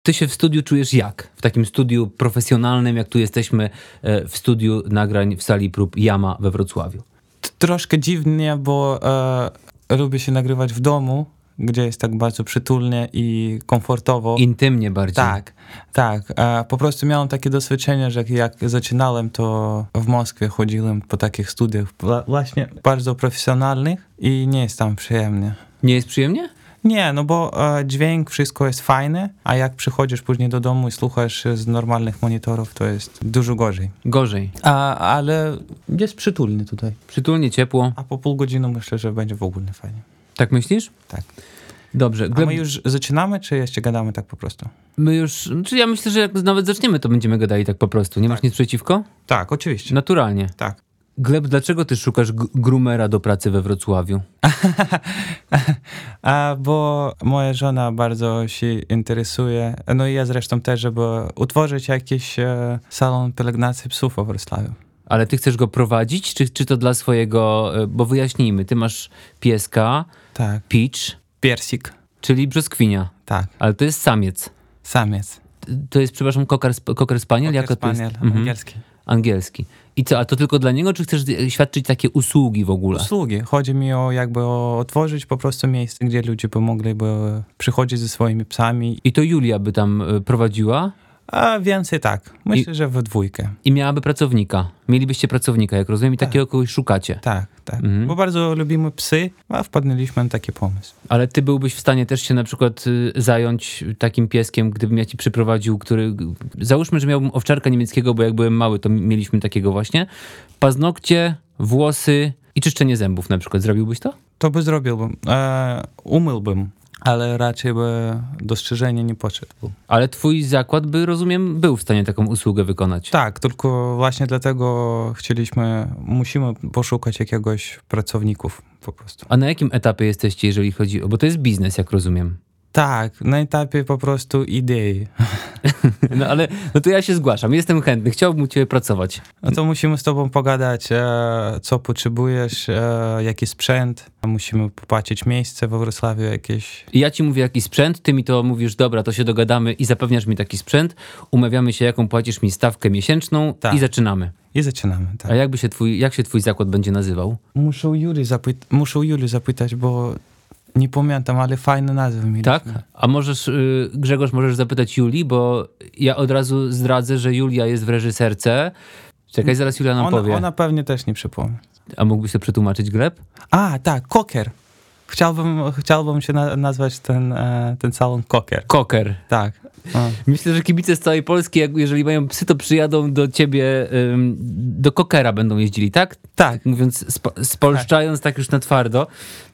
Ty się w studiu czujesz jak? W takim studiu profesjonalnym, jak tu jesteśmy w studiu nagrań w sali prób Yama we Wrocławiu. Troszkę dziwnie, bo lubię się nagrywać w domu, gdzie jest tak bardzo przytulnie i komfortowo. Intymnie bardziej. Tak. Po prostu miałem takie doświadczenie, że jak zaczynałem, to w Moskwie chodziłem po takich studiach właśnie bardzo profesjonalnych i nie jest tam przyjemnie. Nie jest przyjemnie? Nie, no bo dźwięk, wszystko jest fajne, a jak przychodzisz później do domu i słuchasz z normalnych monitorów, to jest dużo gorzej. Gorzej. Ale jest przytulnie tutaj. Przytulnie, ciepło. A po pół godziny myślę, że będzie w ogóle fajnie. Tak myślisz? Tak. Dobrze. A my już zaczynamy, czy jeszcze gadamy tak po prostu? My już, ja myślę, że jak nawet zaczniemy, to będziemy gadali tak po prostu. Nie masz nic przeciwko? Tak, oczywiście. Naturalnie. Tak. Gleb, dlaczego ty szukasz groomera do pracy we Wrocławiu? Bo moja żona bardzo się interesuje, no i ja zresztą też, żeby utworzyć jakiś salon pielęgnacji psów we Wrocławiu. Ale ty chcesz go prowadzić, czy to dla swojego, bo wyjaśnijmy, ty masz pieska, Tak. Peach, Persik. czyli brzoskwinia, Tak. ale to jest samiec. Samiec. To jest, przepraszam, cocker spaniel? Cocker spaniel, angielski. Angielski. I co, a to tylko dla niego, czy chcesz świadczyć takie usługi w ogóle? Usługi. Chodzi mi o jakby otworzyć po prostu miejsce, gdzie ludzie mogliby przychodzić ze swoimi psami. I to Julia by tam prowadziła? A więcej tak. Myślę, że we dwójkę. I miałaby pracownika. Mielibyście pracownika, jak rozumiem, i takiego kogoś szukacie. Tak. Bo bardzo lubimy psy, a wpadliśmy na taki pomysł. Ale ty byłbyś w stanie też się na przykład zająć takim pieskiem, gdybym ja ci przyprowadził, załóżmy, że miałbym owczarka niemieckiego, bo jak byłem mały, to mieliśmy takiego właśnie. Paznokcie, włosy i czyszczenie zębów na przykład. Zrobiłbyś to? To by zrobiłbym. Umyłbym, ale raczej by do strzyżenia nie poszedł. Ale twój zakład by, rozumiem, był w stanie taką usługę wykonać. Tak, tylko właśnie dlatego musimy poszukać jakiegoś pracowników po prostu. A na jakim etapie jesteście, jeżeli chodzi o... Bo to jest biznes, jak rozumiem. Tak, na etapie po prostu idei. No ale, no to ja się zgłaszam, jestem chętny, chciałbym u ciebie pracować. No to musimy z tobą pogadać, co potrzebujesz, jaki sprzęt. Musimy popatrzeć miejsce we Wrocławiu jakieś. I ja ci mówię jaki sprzęt, ty mi to mówisz, dobra, to się dogadamy i zapewniasz mi taki sprzęt, umawiamy się, jaką płacisz mi stawkę miesięczną i zaczynamy. I zaczynamy, tak. A jak się twój zakład będzie nazywał? Muszę u Julii zapytać, bo nie pamiętam, ale fajne nazwy mieliśmy. Tak? A możesz, Grzegorz, możesz zapytać Julii, bo ja od razu zdradzę, że Julia jest w reżyserce. Czekaj, zaraz Julia nam powie. Ona pewnie też nie przypomni. A mógłbyś to przetłumaczyć, Gleb? Tak, Cocker. Chciałbym się nazwać ten salon Cocker. Cocker. Tak. Myślę, że kibice z całej Polski, jeżeli mają psy, to przyjadą do ciebie, do Cockera będą jeździli, tak? Tak. Mówiąc, spolszczając tak już na twardo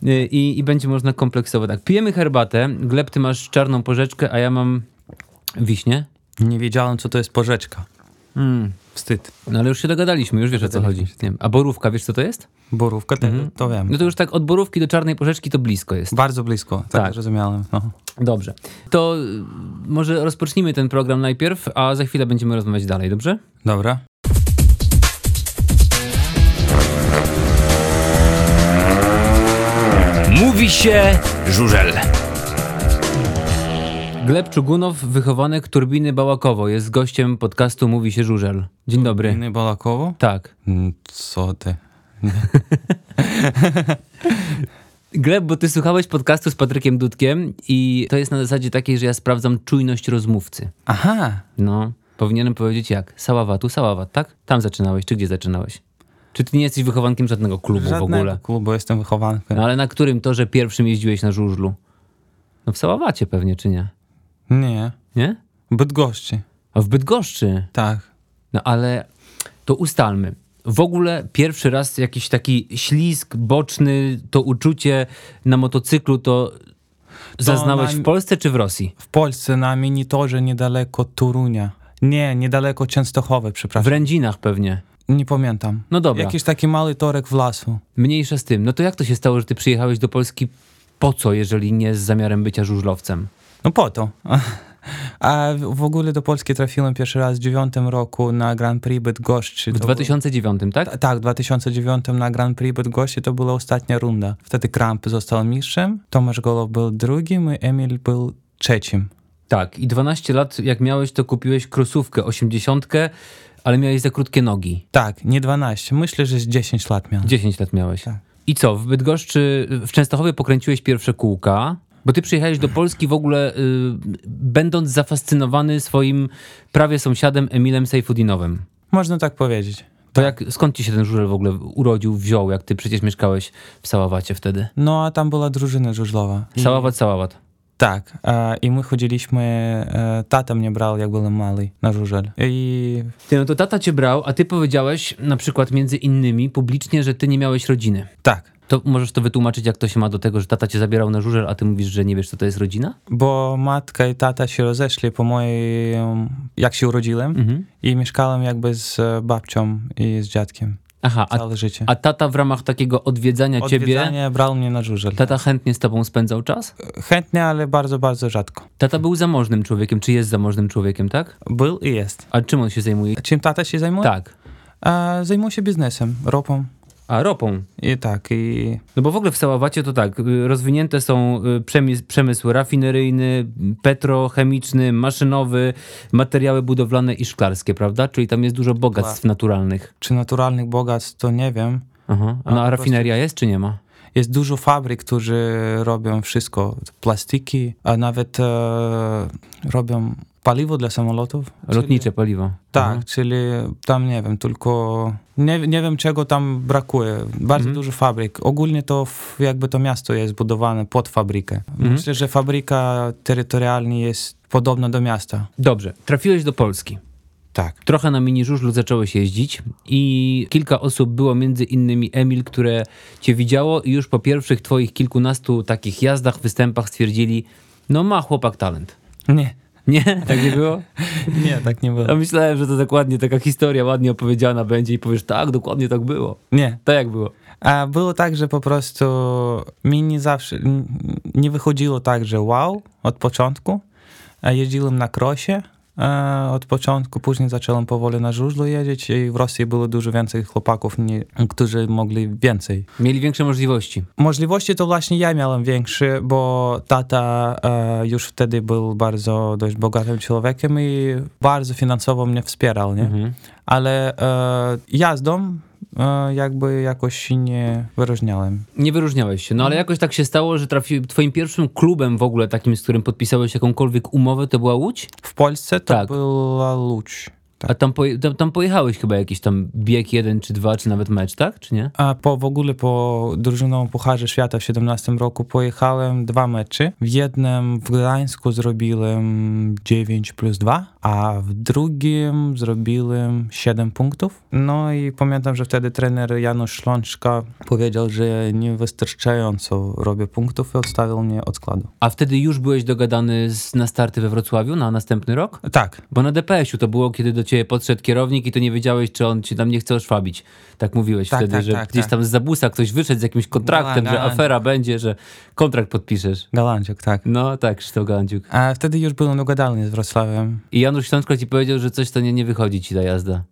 i będzie można kompleksowo. Tak, pijemy herbatę, Gleb, ty masz czarną porzeczkę, a ja mam wiśnie. Nie wiedziałem, co to jest porzeczka. Wstyd. No ale już się dogadaliśmy, już wiesz o co chodzi. Nie wiem. A borówka, wiesz co to jest? Borówka, to wiem. No to już tak od borówki do czarnej porzeczki to blisko jest. Bardzo blisko, tak. Rozumiałem. No. Dobrze. To może rozpocznijmy ten program najpierw, a za chwilę będziemy rozmawiać dalej, dobrze? Dobra. Mówi się żużel. Gleb Czugunow, wychowanek Turbiny Bałakowo, jest gościem podcastu Mówi się żużel. Dzień dobry. Turbiny Bałakowo? Tak. Co ty? Gleb, bo ty słuchałeś podcastu z Patrykiem Dudkiem i to jest na zasadzie takiej, że ja sprawdzam czujność rozmówcy. Aha. No, powinienem powiedzieć jak? Saławat, tak? Tam zaczynałeś, czy gdzie zaczynałeś? Czy ty nie jesteś wychowankiem żadnego klubu w ogóle? Żadnego klubu, jestem wychowankiem. No ale na którym torze pierwszym jeździłeś na żużlu? No w Saławacie pewnie, czy nie? Nie. Nie? W Bydgoszczy. A w Bydgoszczy? Tak. No ale to ustalmy. W ogóle pierwszy raz jakiś taki ślizg boczny, to uczucie na motocyklu to zaznałeś w Polsce czy w Rosji? W Polsce na minitorze niedaleko Torunia. Nie, niedaleko Częstochowy, przepraszam. W Rędzinach pewnie. Nie pamiętam. No dobra. Jakiś taki mały torek w lasu. Mniejsza z tym. No to jak to się stało, że ty przyjechałeś do Polski po co, jeżeli nie z zamiarem bycia żużlowcem? No po to. A w ogóle do Polski trafiłem pierwszy raz w 2009 roku na Grand Prix Bydgoszczy. W 2009, tak? Tak, w 2009 na Grand Prix Bydgoszczy to była ostatnia runda. Wtedy Kramp został mistrzem, Tomasz Golow był drugim i Emil był trzecim. Tak, i 12 lat jak miałeś, to kupiłeś krosówkę 80, ale miałeś za krótkie nogi. Tak, nie 12. Myślę, że z 10 lat miałem. 10 lat miałeś. Tak. I co, w Bydgoszczy, w Częstochowie pokręciłeś pierwsze kółka, bo ty przyjechałeś do Polski w ogóle będąc zafascynowany swoim prawie sąsiadem Emilem Sejfudinowem. Można tak powiedzieć. To skąd ci się ten żużel w ogóle urodził, wziął, jak ty przecież mieszkałeś w Saławacie wtedy? No, a tam była drużyna żużlowa. Saławat. Tak, i my chodziliśmy, tata mnie brał, jak byłem mały, na żużel. No to tata cię brał, a ty powiedziałeś na przykład między innymi publicznie, że ty nie miałeś rodziny. Tak. To możesz to wytłumaczyć, jak to się ma do tego, że tata cię zabierał na żużel, a ty mówisz, że nie wiesz, co to jest rodzina? Bo matka i tata się rozeszli po mojej, jak się urodziłem i mieszkałem jakby z babcią i z dziadkiem. Aha, całe życie. A tata w ramach takiego odwiedzania ciebie... brał mnie na żużel. Tata chętnie z tobą spędzał czas? Chętnie, ale bardzo, bardzo rzadko. Tata był zamożnym człowiekiem, czy jest zamożnym człowiekiem, tak? Był i jest. A czym on się zajmuje? Czym tata się zajmuje? Tak. Zajmuje się biznesem, ropą. A, ropą. I tak, i... No bo w ogóle w Saławacie to tak, rozwinięte są przemysł rafineryjny, petrochemiczny, maszynowy, materiały budowlane i szklarskie, prawda? Czyli tam jest dużo bogactw naturalnych. Czy naturalnych bogactw, to nie wiem. Aha. A rafineria jest, czy nie ma? Jest dużo fabryk, którzy robią wszystko, plastiki, a nawet robią paliwo dla samolotów. Lotnicze paliwo. Tak, czyli tam nie wiem, tylko nie wiem czego tam brakuje. Bardzo dużo fabryk. Ogólnie to jakby to miasto jest budowane pod fabrykę. Myślę, że fabryka terytorialnie jest podobna do miasta. Dobrze, trafiłeś do Polski. Tak. Trochę na mini żużlu zacząłeś jeździć i kilka osób było, między innymi Emil, które cię widziało i już po pierwszych twoich kilkunastu takich jazdach, występach stwierdzili, no ma chłopak talent. Nie. Nie? Tak nie było? Nie, tak nie było. Ja myślałem, że to dokładnie taka historia ładnie opowiedziana będzie i powiesz, tak, dokładnie tak było. Nie. Tak jak było. A było tak, że po prostu mi nie zawsze, nie wychodziło tak, że wow, od początku. Jeździłem na krosie od początku, później zacząłem powoli na żużlu jeździć i w Rosji było dużo więcej chłopaków, którzy mogli więcej. Mieli większe możliwości. Możliwości to właśnie ja miałem większe, bo tata już wtedy był bardzo dość bogatym człowiekiem i bardzo finansowo mnie wspierał, nie? Ale jazdą jakby jakoś się nie wyróżniałem. Nie wyróżniałeś się, no ale jakoś tak się stało, że twoim pierwszym klubem w ogóle takim, z którym podpisałeś jakąkolwiek umowę, to była Łódź? W Polsce to tak. była Łódź. Tak. A tam pojechałeś chyba jakiś tam bieg 1 czy 2, czy nawet mecz, tak? Czy nie? A w ogóle po drużynowym Pucharze Świata w 17 roku pojechałem 2 mecze. W jednym w Gdańsku zrobiłem 9+2, a w drugim zrobiłem 7 punktów. No i pamiętam, że wtedy trener Janusz Szlączka powiedział, że niewystarczająco robię punktów i odstawił mnie od składu. A wtedy już byłeś dogadany na starty we Wrocławiu na następny rok? Tak. Bo na DPS-u to było, kiedy do ciebie podszedł kierownik i to nie wiedziałeś, czy on cię tam nie chce oszwabić. Tak mówiłeś wtedy, że gdzieś tam z zabusa ktoś wyszedł z jakimś kontraktem, że afera będzie, że kontrakt podpiszesz. Galanciuk, tak. No tak, Krzysztof Galanciuk. A wtedy już byłem dogadany z Wrocławiem. I Janusz Ślączko ci powiedział, że coś to nie wychodzi ci ta jazda.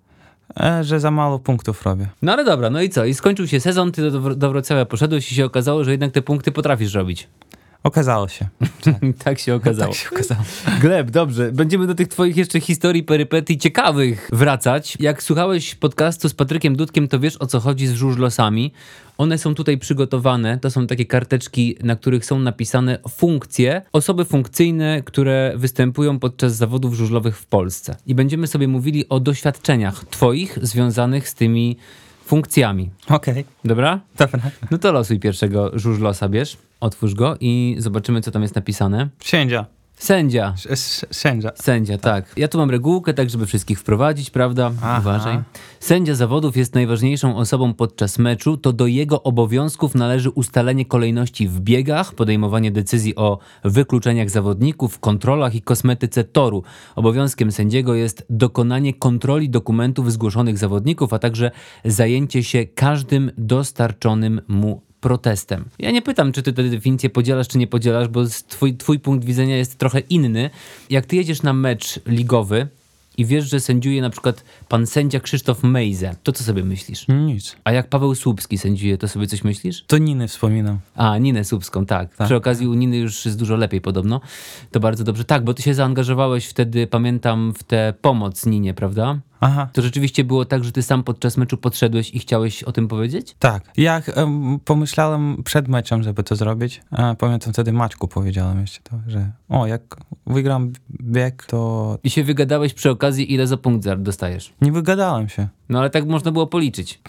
Że za mało punktów robię. No ale dobra, no i co? I skończył się sezon, ty do Wrocławia poszedłeś i się okazało, że jednak te punkty potrafisz robić. Okazało się. Tak się okazało. Tak się okazało. Gleb, dobrze. Będziemy do tych twoich jeszcze historii, perypetii ciekawych wracać. Jak słuchałeś podcastu z Patrykiem Dudkiem, to wiesz, o co chodzi z żużlosami. One są tutaj przygotowane. To są takie karteczki, na których są napisane funkcje, osoby funkcyjne, które występują podczas zawodów żużlowych w Polsce. I będziemy sobie mówili o doświadczeniach twoich związanych z tymi funkcjami. Okej. Dobra? Dobra. No to losuj pierwszego żużlosa, bierz. Otwórz go i zobaczymy, co tam jest napisane. Sędzia. Sędzia. Sędzia. Sędzia, tak. Ja tu mam regułkę, tak żeby wszystkich wprowadzić, prawda? Aha. Uważaj. Sędzia zawodów jest najważniejszą osobą podczas meczu. To do jego obowiązków należy ustalenie kolejności w biegach, podejmowanie decyzji o wykluczeniach zawodników, kontrolach i kosmetyce toru. Obowiązkiem sędziego jest dokonanie kontroli dokumentów zgłoszonych zawodników, a także zajęcie się każdym dostarczonym mu protestem. Ja nie pytam, czy ty tę definicję podzielasz, czy nie podzielasz, bo twój punkt widzenia jest trochę inny. Jak ty jedziesz na mecz ligowy, i wiesz, że sędziuje na przykład pan sędzia Krzysztof Mejze, to co sobie myślisz? Nic. A jak Paweł Słupski sędziuje, to sobie coś myślisz? To Niny wspominam. A, Ninę Słupską, tak. Przy okazji u Niny już jest dużo lepiej podobno. To bardzo dobrze. Tak, bo ty się zaangażowałeś wtedy, pamiętam, w tę pomoc Ninie, prawda? Aha. To rzeczywiście było tak, że ty sam podczas meczu podszedłeś i chciałeś o tym powiedzieć? Tak. Ja pomyślałem przed meczem, żeby to zrobić. Pamiętam wtedy Maćku powiedziałem jeszcze to, że jak wygram bieg, to... I się wygadałeś przy okazji, ile za punkt dostajesz. Nie wygadałem się. No ale tak można było policzyć.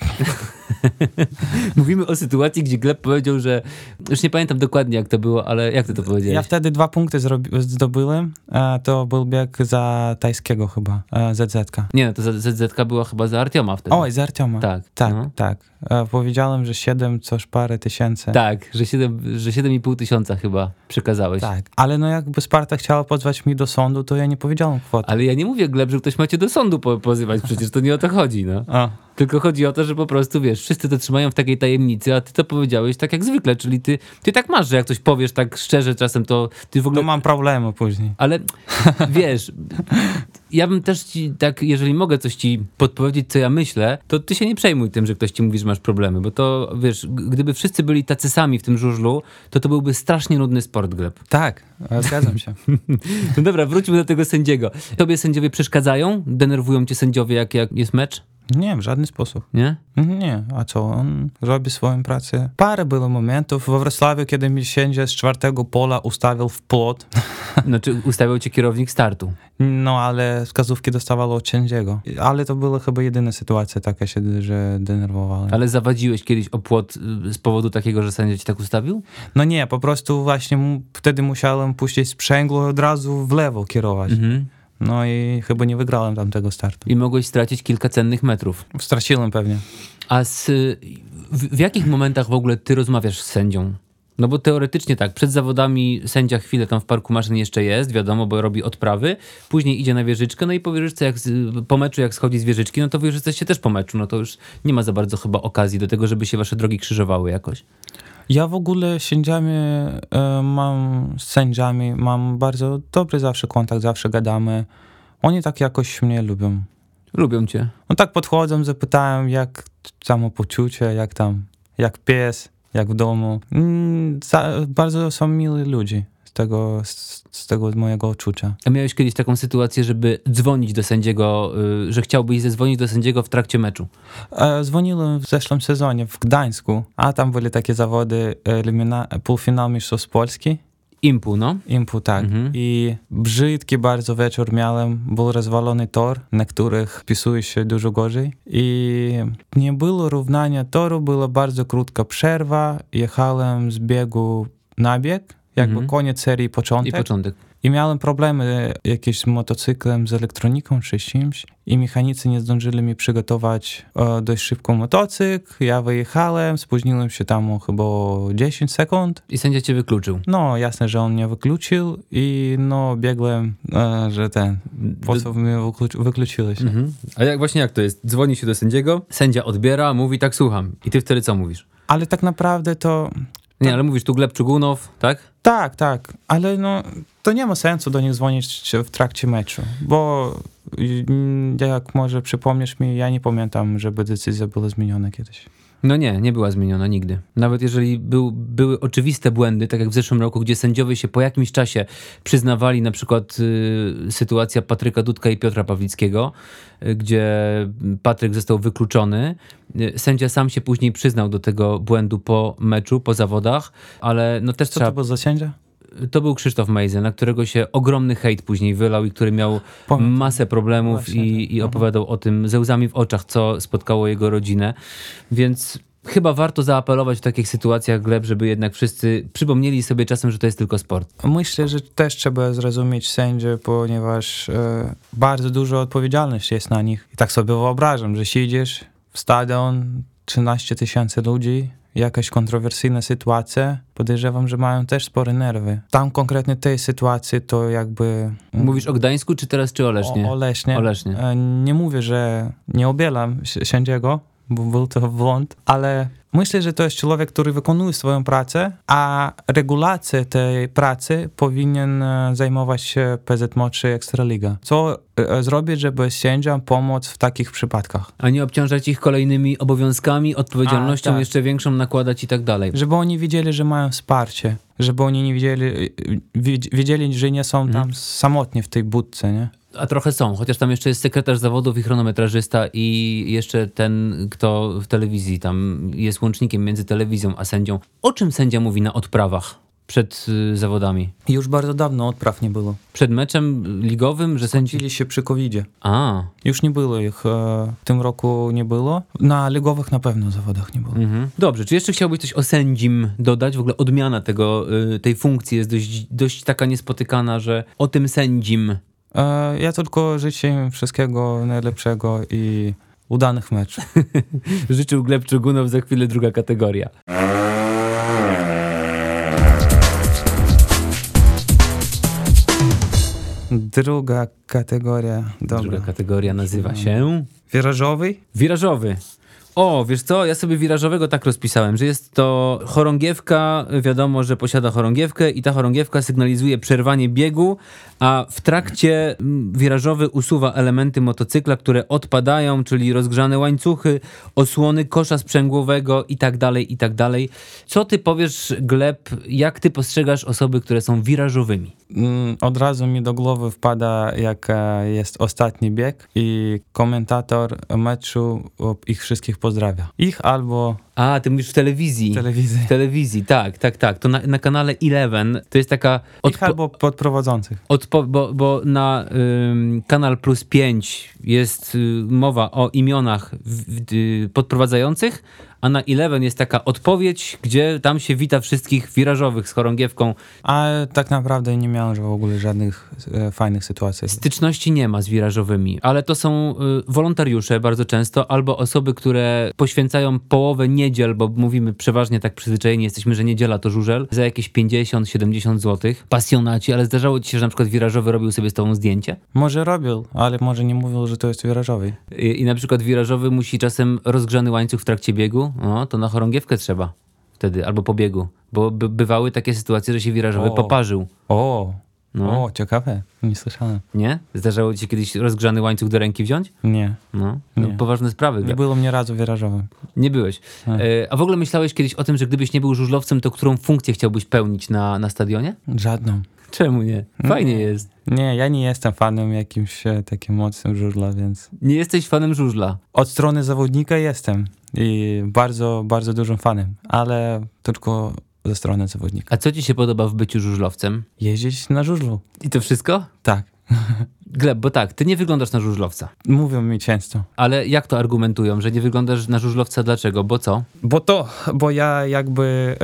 Mówimy o sytuacji, gdzie Gleb powiedział, że... Już nie pamiętam dokładnie, jak to było, ale jak ty to powiedziałeś? Ja wtedy 2 punkty zdobyłem. To był bieg za tajskiego chyba, ZZ-ka. Nie, no to ZZ była chyba za Artioma wtedy. Oj, z Artioma. Tak. Tak, no. tak. Powiedziałem, że 7 coś parę tysięcy. Tak, że 7,5 tysiąca chyba przekazałeś. Tak, ale no jakby Sparta chciała pozwać mnie do sądu, to ja nie powiedziałem kwoty. Ale ja nie mówię, Gleb, że ktoś ma cię do sądu pozywać, przecież to nie o to chodzi, no. Tylko chodzi o to, że po prostu, wiesz, wszyscy to trzymają w takiej tajemnicy, a ty to powiedziałeś tak jak zwykle, czyli ty tak masz, że jak coś powiesz tak szczerze czasem, to ty w ogóle... To mam problemy później. Ale wiesz, ja bym też ci tak, jeżeli mogę coś ci podpowiedzieć, co ja myślę, to ty się nie przejmuj tym, że ktoś ci mówi, że masz problemy, bo to, wiesz, gdyby wszyscy byli tacy sami w tym żużlu, to byłby strasznie nudny sport, Gleb. Tak, zgadzam się. No dobra, wróćmy do tego sędziego. Tobie sędziowie przeszkadzają? Denerwują cię sędziowie, jak jest mecz? Nie, w żaden sposób. Nie? Nie, a co, on robi swoją pracę. Parę było momentów we Wrocławiu, kiedy mi sędzia z 4. pola ustawił w płot. Znaczy ustawiał cię kierownik startu. No, ale wskazówki dostawało od sędziego. Ale to była chyba jedyna sytuacja taka się, że denerwowałem. Ale zawadziłeś kiedyś o płot z powodu takiego, że sędzia ci tak ustawił? No nie, po prostu właśnie wtedy musiałem puścić sprzęgło i od razu w lewo kierować. Mhm. No i chyba nie wygrałem tamtego startu. I mogłeś stracić kilka cennych metrów. Straciłem pewnie. A w jakich momentach w ogóle ty rozmawiasz z sędzią? No bo teoretycznie tak, przed zawodami sędzia chwilę tam w parku maszyn jeszcze jest, wiadomo, bo robi odprawy, później idzie na wieżyczkę, no i po wieżyczce, po meczu jak schodzi z wieżyczki, no to wy już jesteście też po meczu, no to już nie ma za bardzo chyba okazji do tego, żeby się wasze drogi krzyżowały jakoś. Ja w ogóle z sędziami mam bardzo dobry zawsze kontakt, zawsze gadamy. Oni tak jakoś mnie lubią. Lubią cię. No tak podchodzą, zapytałem jak samopoczucie, jak pies, jak w domu. Bardzo są mili ludzie z tego mojego odczucia. A miałeś kiedyś taką sytuację, żeby dzwonić do sędziego, że chciałbyś zadzwonić do sędziego w trakcie meczu? Dzwoniłem w zeszłym sezonie w Gdańsku, a tam były takie zawody, półfinał Mistrzostw Polski. Impu, no. Impu, tak. I brzydki bardzo wieczór miałem. Był rozwalony tor, na których wpisuje się dużo gorzej. I nie było równania toru, była bardzo krótka przerwa. Jechałem z biegu na bieg, jakby koniec serii, początek. I miałem problemy jakieś z motocyklem, z elektroniką czy czymś. I mechanicy nie zdążyli mi przygotować dość szybko motocykl. Ja wyjechałem, spóźniłem się tam chyba 10 sekund. I sędzia cię wykluczył. No, jasne, że on mnie wykluczył i no, biegłem, że po co mnie wykluczyłeś? A jak to jest? Dzwoni się do sędziego, sędzia odbiera, mówi tak, słucham. I ty wtedy co mówisz? Ale tak naprawdę to... Nie, ale mówisz tu Gleb Czugunow, tak? Tak, ale no, to nie ma sensu do nich dzwonić w trakcie meczu, bo jak może przypomnisz mi, ja nie pamiętam, żeby decyzja była zmieniona kiedyś. No nie była zmieniona nigdy. Nawet jeżeli były oczywiste błędy, tak jak w zeszłym roku, gdzie sędziowie się po jakimś czasie przyznawali, na przykład sytuacja Patryka Dudka i Piotra Pawlickiego, gdzie Patryk został wykluczony. Sędzia sam się później przyznał do tego błędu po meczu, po zawodach, ale no też Co to był za sędzia? To był Krzysztof Mejze, na którego się ogromny hejt później wylał i który miał masę problemów i opowiadał o tym ze łzami w oczach, co spotkało jego rodzinę. Więc chyba warto zaapelować w takich sytuacjach, Gleb, żeby jednak wszyscy przypomnieli sobie czasem, że to jest tylko sport. Myślę, że też trzeba zrozumieć sędzię, ponieważ bardzo dużo odpowiedzialności jest na nich. I tak sobie wyobrażam, że siedzisz w stadion, 13 000 ludzi, jakaś kontrowersyjna sytuacja, podejrzewam, że mają też spore nerwy. Tam konkretnie tej sytuacji to jakby... Mówisz o Gdańsku, czy teraz, czy o Lesznie? O Lesznie. Lesznie. Nie mówię, że nie obielam sędziego, bo był to błąd, ale Myślę, że to jest człowiek, który wykonuje swoją pracę, a regulacją tej pracy powinien zajmować się PZMO czy Ekstraliga. Co zrobić, żeby sędziom pomóc w takich przypadkach? A nie obciążać ich kolejnymi obowiązkami, odpowiedzialnością tak. jeszcze większą nakładać i tak dalej. Żeby oni wiedzieli, że mają wsparcie. Żeby oni nie wiedzieli, że nie są tam samotni w tej budce, nie? A trochę są, chociaż tam jeszcze jest sekretarz zawodów i chronometrażysta i jeszcze ten, kto w telewizji tam jest łącznikiem między telewizją a sędzią. O czym sędzia mówi na odprawach przed zawodami? Już bardzo dawno odpraw nie było. Przed meczem ligowym, że sędzi... Skończyli się przy COVID-zie. A. Już nie było ich. W tym roku nie było. Na ligowych na pewno zawodach nie było. Dobrze, czy jeszcze chciałbyś coś o sędzim dodać? W ogóle odmiana tej funkcji jest dość taka niespotykana, że o tym sędzim... Ja tylko życzę im wszystkiego najlepszego i udanych meczów. Życzył Gleb Czugunow, za chwilę druga kategoria. Druga kategoria. Dobra. Druga kategoria nazywa się... Wirażowy? Wirażowy. O, wiesz co, ja sobie wirażowego tak rozpisałem, że jest to chorągiewka, wiadomo, że posiada chorągiewkę i ta chorągiewka sygnalizuje przerwanie biegu, a w trakcie wirażowy usuwa elementy motocykla, które odpadają, czyli rozgrzane łańcuchy, osłony kosza sprzęgłowego i tak dalej, i tak dalej. Co ty powiesz, Gleb, jak ty postrzegasz osoby, które są wirażowymi? Od razu mi do głowy wpada, jak jest ostatni bieg i komentator meczu ich wszystkich pozdrawia. Ich albo... A, ty mówisz w telewizji. W telewizji, tak. To na kanale Eleven to jest taka... Ich albo podprowadzących. Bo na Kanal Plus 5 jest mowa o imionach podprowadzających, a na Eleven jest taka odpowiedź, gdzie tam się wita wszystkich wirażowych z chorągiewką. A tak naprawdę nie miałem w ogóle żadnych fajnych sytuacji. Styczności nie ma z wirażowymi, ale to są wolontariusze bardzo często, albo osoby, które poświęcają połowę niedziel, bo mówimy przeważnie tak przyzwyczajeni jesteśmy, że niedziela to żużel, za jakieś 50-70 zł. Pasjonaci, ale zdarzało ci się, że na przykład wirażowy robił sobie z tobą zdjęcie? Może robił, ale może nie mówił, że to jest wirażowy. I na przykład wirażowy musi czasem rozgrzany łańcuch w trakcie biegu, to na chorągiewkę trzeba wtedy, albo po biegu, bo bywały takie sytuacje, że się wirażowy poparzył. O, ciekawe, nie słyszałem. Nie? Zdarzało ci się kiedyś rozgrzany łańcuch do ręki wziąć? Nie. Nie. Poważne sprawy. Nie było mnie razu wirażowym. Nie byłeś. A w ogóle myślałeś kiedyś o tym, że gdybyś nie był żużlowcem, to którą funkcję chciałbyś pełnić na stadionie? Żadną. Czemu nie? Fajnie jest. Nie, ja nie jestem fanem jakimś takim mocnym żużla, więc... Nie jesteś fanem żużla? Od strony zawodnika jestem i bardzo, bardzo dużym fanem, ale tylko ze strony zawodnika. A co ci się podoba w byciu żużlowcem? Jeździć na żużlu. I to wszystko? Tak. Gleb, bo tak, ty nie wyglądasz na żużlowca. Mówią mi często. Ale jak to argumentują, że nie wyglądasz na żużlowca? Dlaczego? Bo co? Bo ja jakby...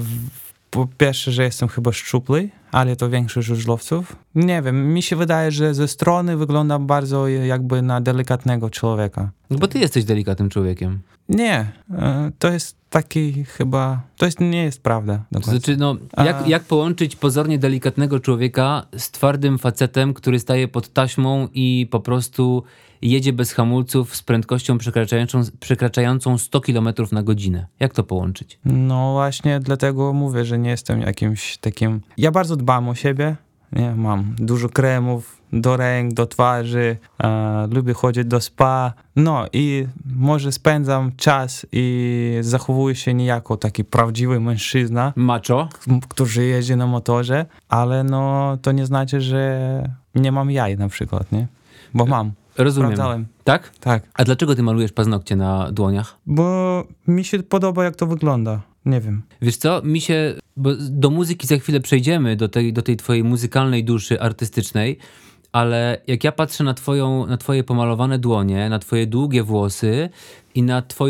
Po pierwsze, że jestem chyba szczupły, ale to większość żużlowców. Nie wiem, mi się wydaje, że ze strony wygląda bardzo jakby na delikatnego człowieka. Bo ty jesteś delikatnym człowiekiem. Nie, to jest taki chyba... nie jest prawda. Znaczy, jak połączyć pozornie delikatnego człowieka z twardym facetem, który staje pod taśmą i po prostu jedzie bez hamulców z prędkością przekraczającą 100 km na godzinę? Jak to połączyć? No właśnie dlatego mówię, że nie jestem jakimś takim... Ja bardzo dbam o siebie. Nie, mam dużo kremów do ręk, do twarzy, lubię chodzić do spa. No i może spędzam czas i zachowuję się niejako taki prawdziwy mężczyzna. Macho? Który jeździ na motorze, ale no to nie znaczy, że nie mam jaj na przykład, nie? Bo mam. Rozumiem. Sprawdzałem. Tak? Tak. A dlaczego ty malujesz paznokcie na dłoniach? Bo mi się podoba, jak to wygląda. Nie wiem. Wiesz co, bo do muzyki za chwilę przejdziemy, do tej twojej muzykalnej duszy artystycznej, ale jak ja patrzę na twoje pomalowane dłonie, na twoje długie włosy i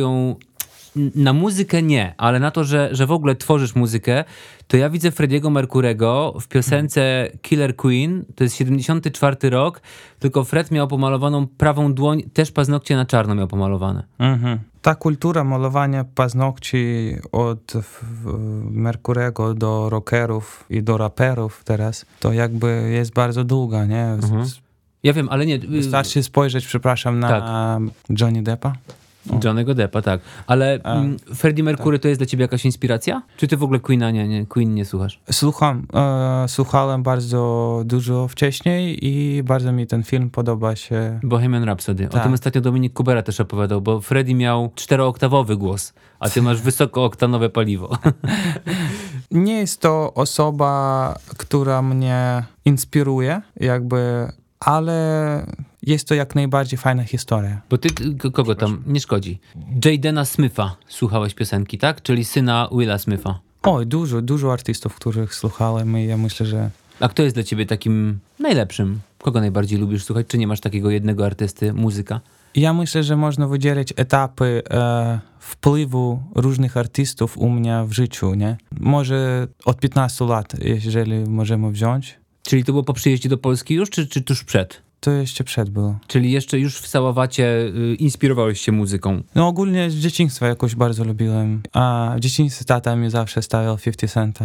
na muzykę nie, ale na to, że w ogóle tworzysz muzykę, to ja widzę Freddie'ego Mercurego w piosence Killer Queen, to jest 74 rok, tylko Fred miał pomalowaną prawą dłoń, też paznokcie na czarno miał pomalowane. Ta kultura malowania paznokci od Mercurego do rockerów i do raperów teraz, to jakby jest bardzo długa, nie? Ja wiem, ale nie... Wystarczy spojrzeć, przepraszam, na Johnny Deppa. Johnny'ego Deppa, tak. Ale Freddie Mercury to jest dla ciebie jakaś inspiracja? Czy ty w ogóle Queen nie słuchasz? Słuchałem bardzo dużo wcześniej i bardzo mi ten film podoba się. Bohemian Rhapsody. Tak. O tym ostatnio Dominik Kubera też opowiadał, bo Freddie miał 4-oktawowy głos, a ty masz wysokooktanowe paliwo. Nie jest to osoba, która mnie inspiruje, ale jest to jak najbardziej fajna historia. Bo ty, kogo tam, nie szkodzi, Jadena Smitha słuchałeś piosenki, tak? Czyli syna Willa Smitha. Oj, dużo artystów, których słuchałem i ja myślę, że... A kto jest dla ciebie takim najlepszym? Kogo najbardziej lubisz słuchać? Czy nie masz takiego jednego artysty, muzyka? Ja myślę, że można wydzielić etapy wpływu różnych artystów u mnie w życiu, nie? Może od 15 lat, jeżeli możemy wziąć. Czyli to było po przyjeździe do Polski już, czy tuż przed? To jeszcze przed było. Czyli jeszcze już w Salawacie inspirowałeś się muzyką? No ogólnie z dzieciństwa jakoś bardzo lubiłem. A w dzieciństwie tata mi zawsze stawiał 50 Centa.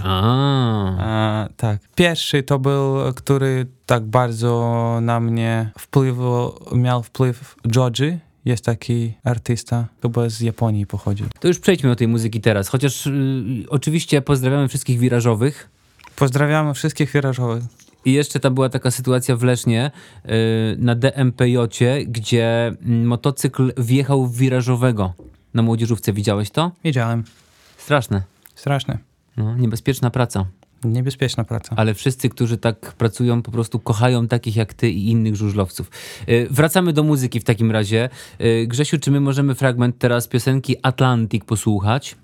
Tak. Pierwszy to był, który tak bardzo na mnie miał wpływ Joji. Jest taki artysta, chyba z Japonii pochodzi. To już przejdźmy do tej muzyki teraz, chociaż oczywiście pozdrawiamy wszystkich wirażowych. Pozdrawiamy wszystkich wirażowych. I jeszcze tam była taka sytuacja w Lesznie na DMPJ-cie, gdzie motocykl wjechał w wirażowego na młodzieżówce. Widziałeś to? Widziałem. Straszne. Straszne. No, niebezpieczna praca. Niebezpieczna praca. Ale wszyscy, którzy tak pracują, po prostu kochają takich jak ty i innych żużlowców. Wracamy do muzyki w takim razie. Grzesiu, czy my możemy fragment teraz piosenki Atlantic posłuchać?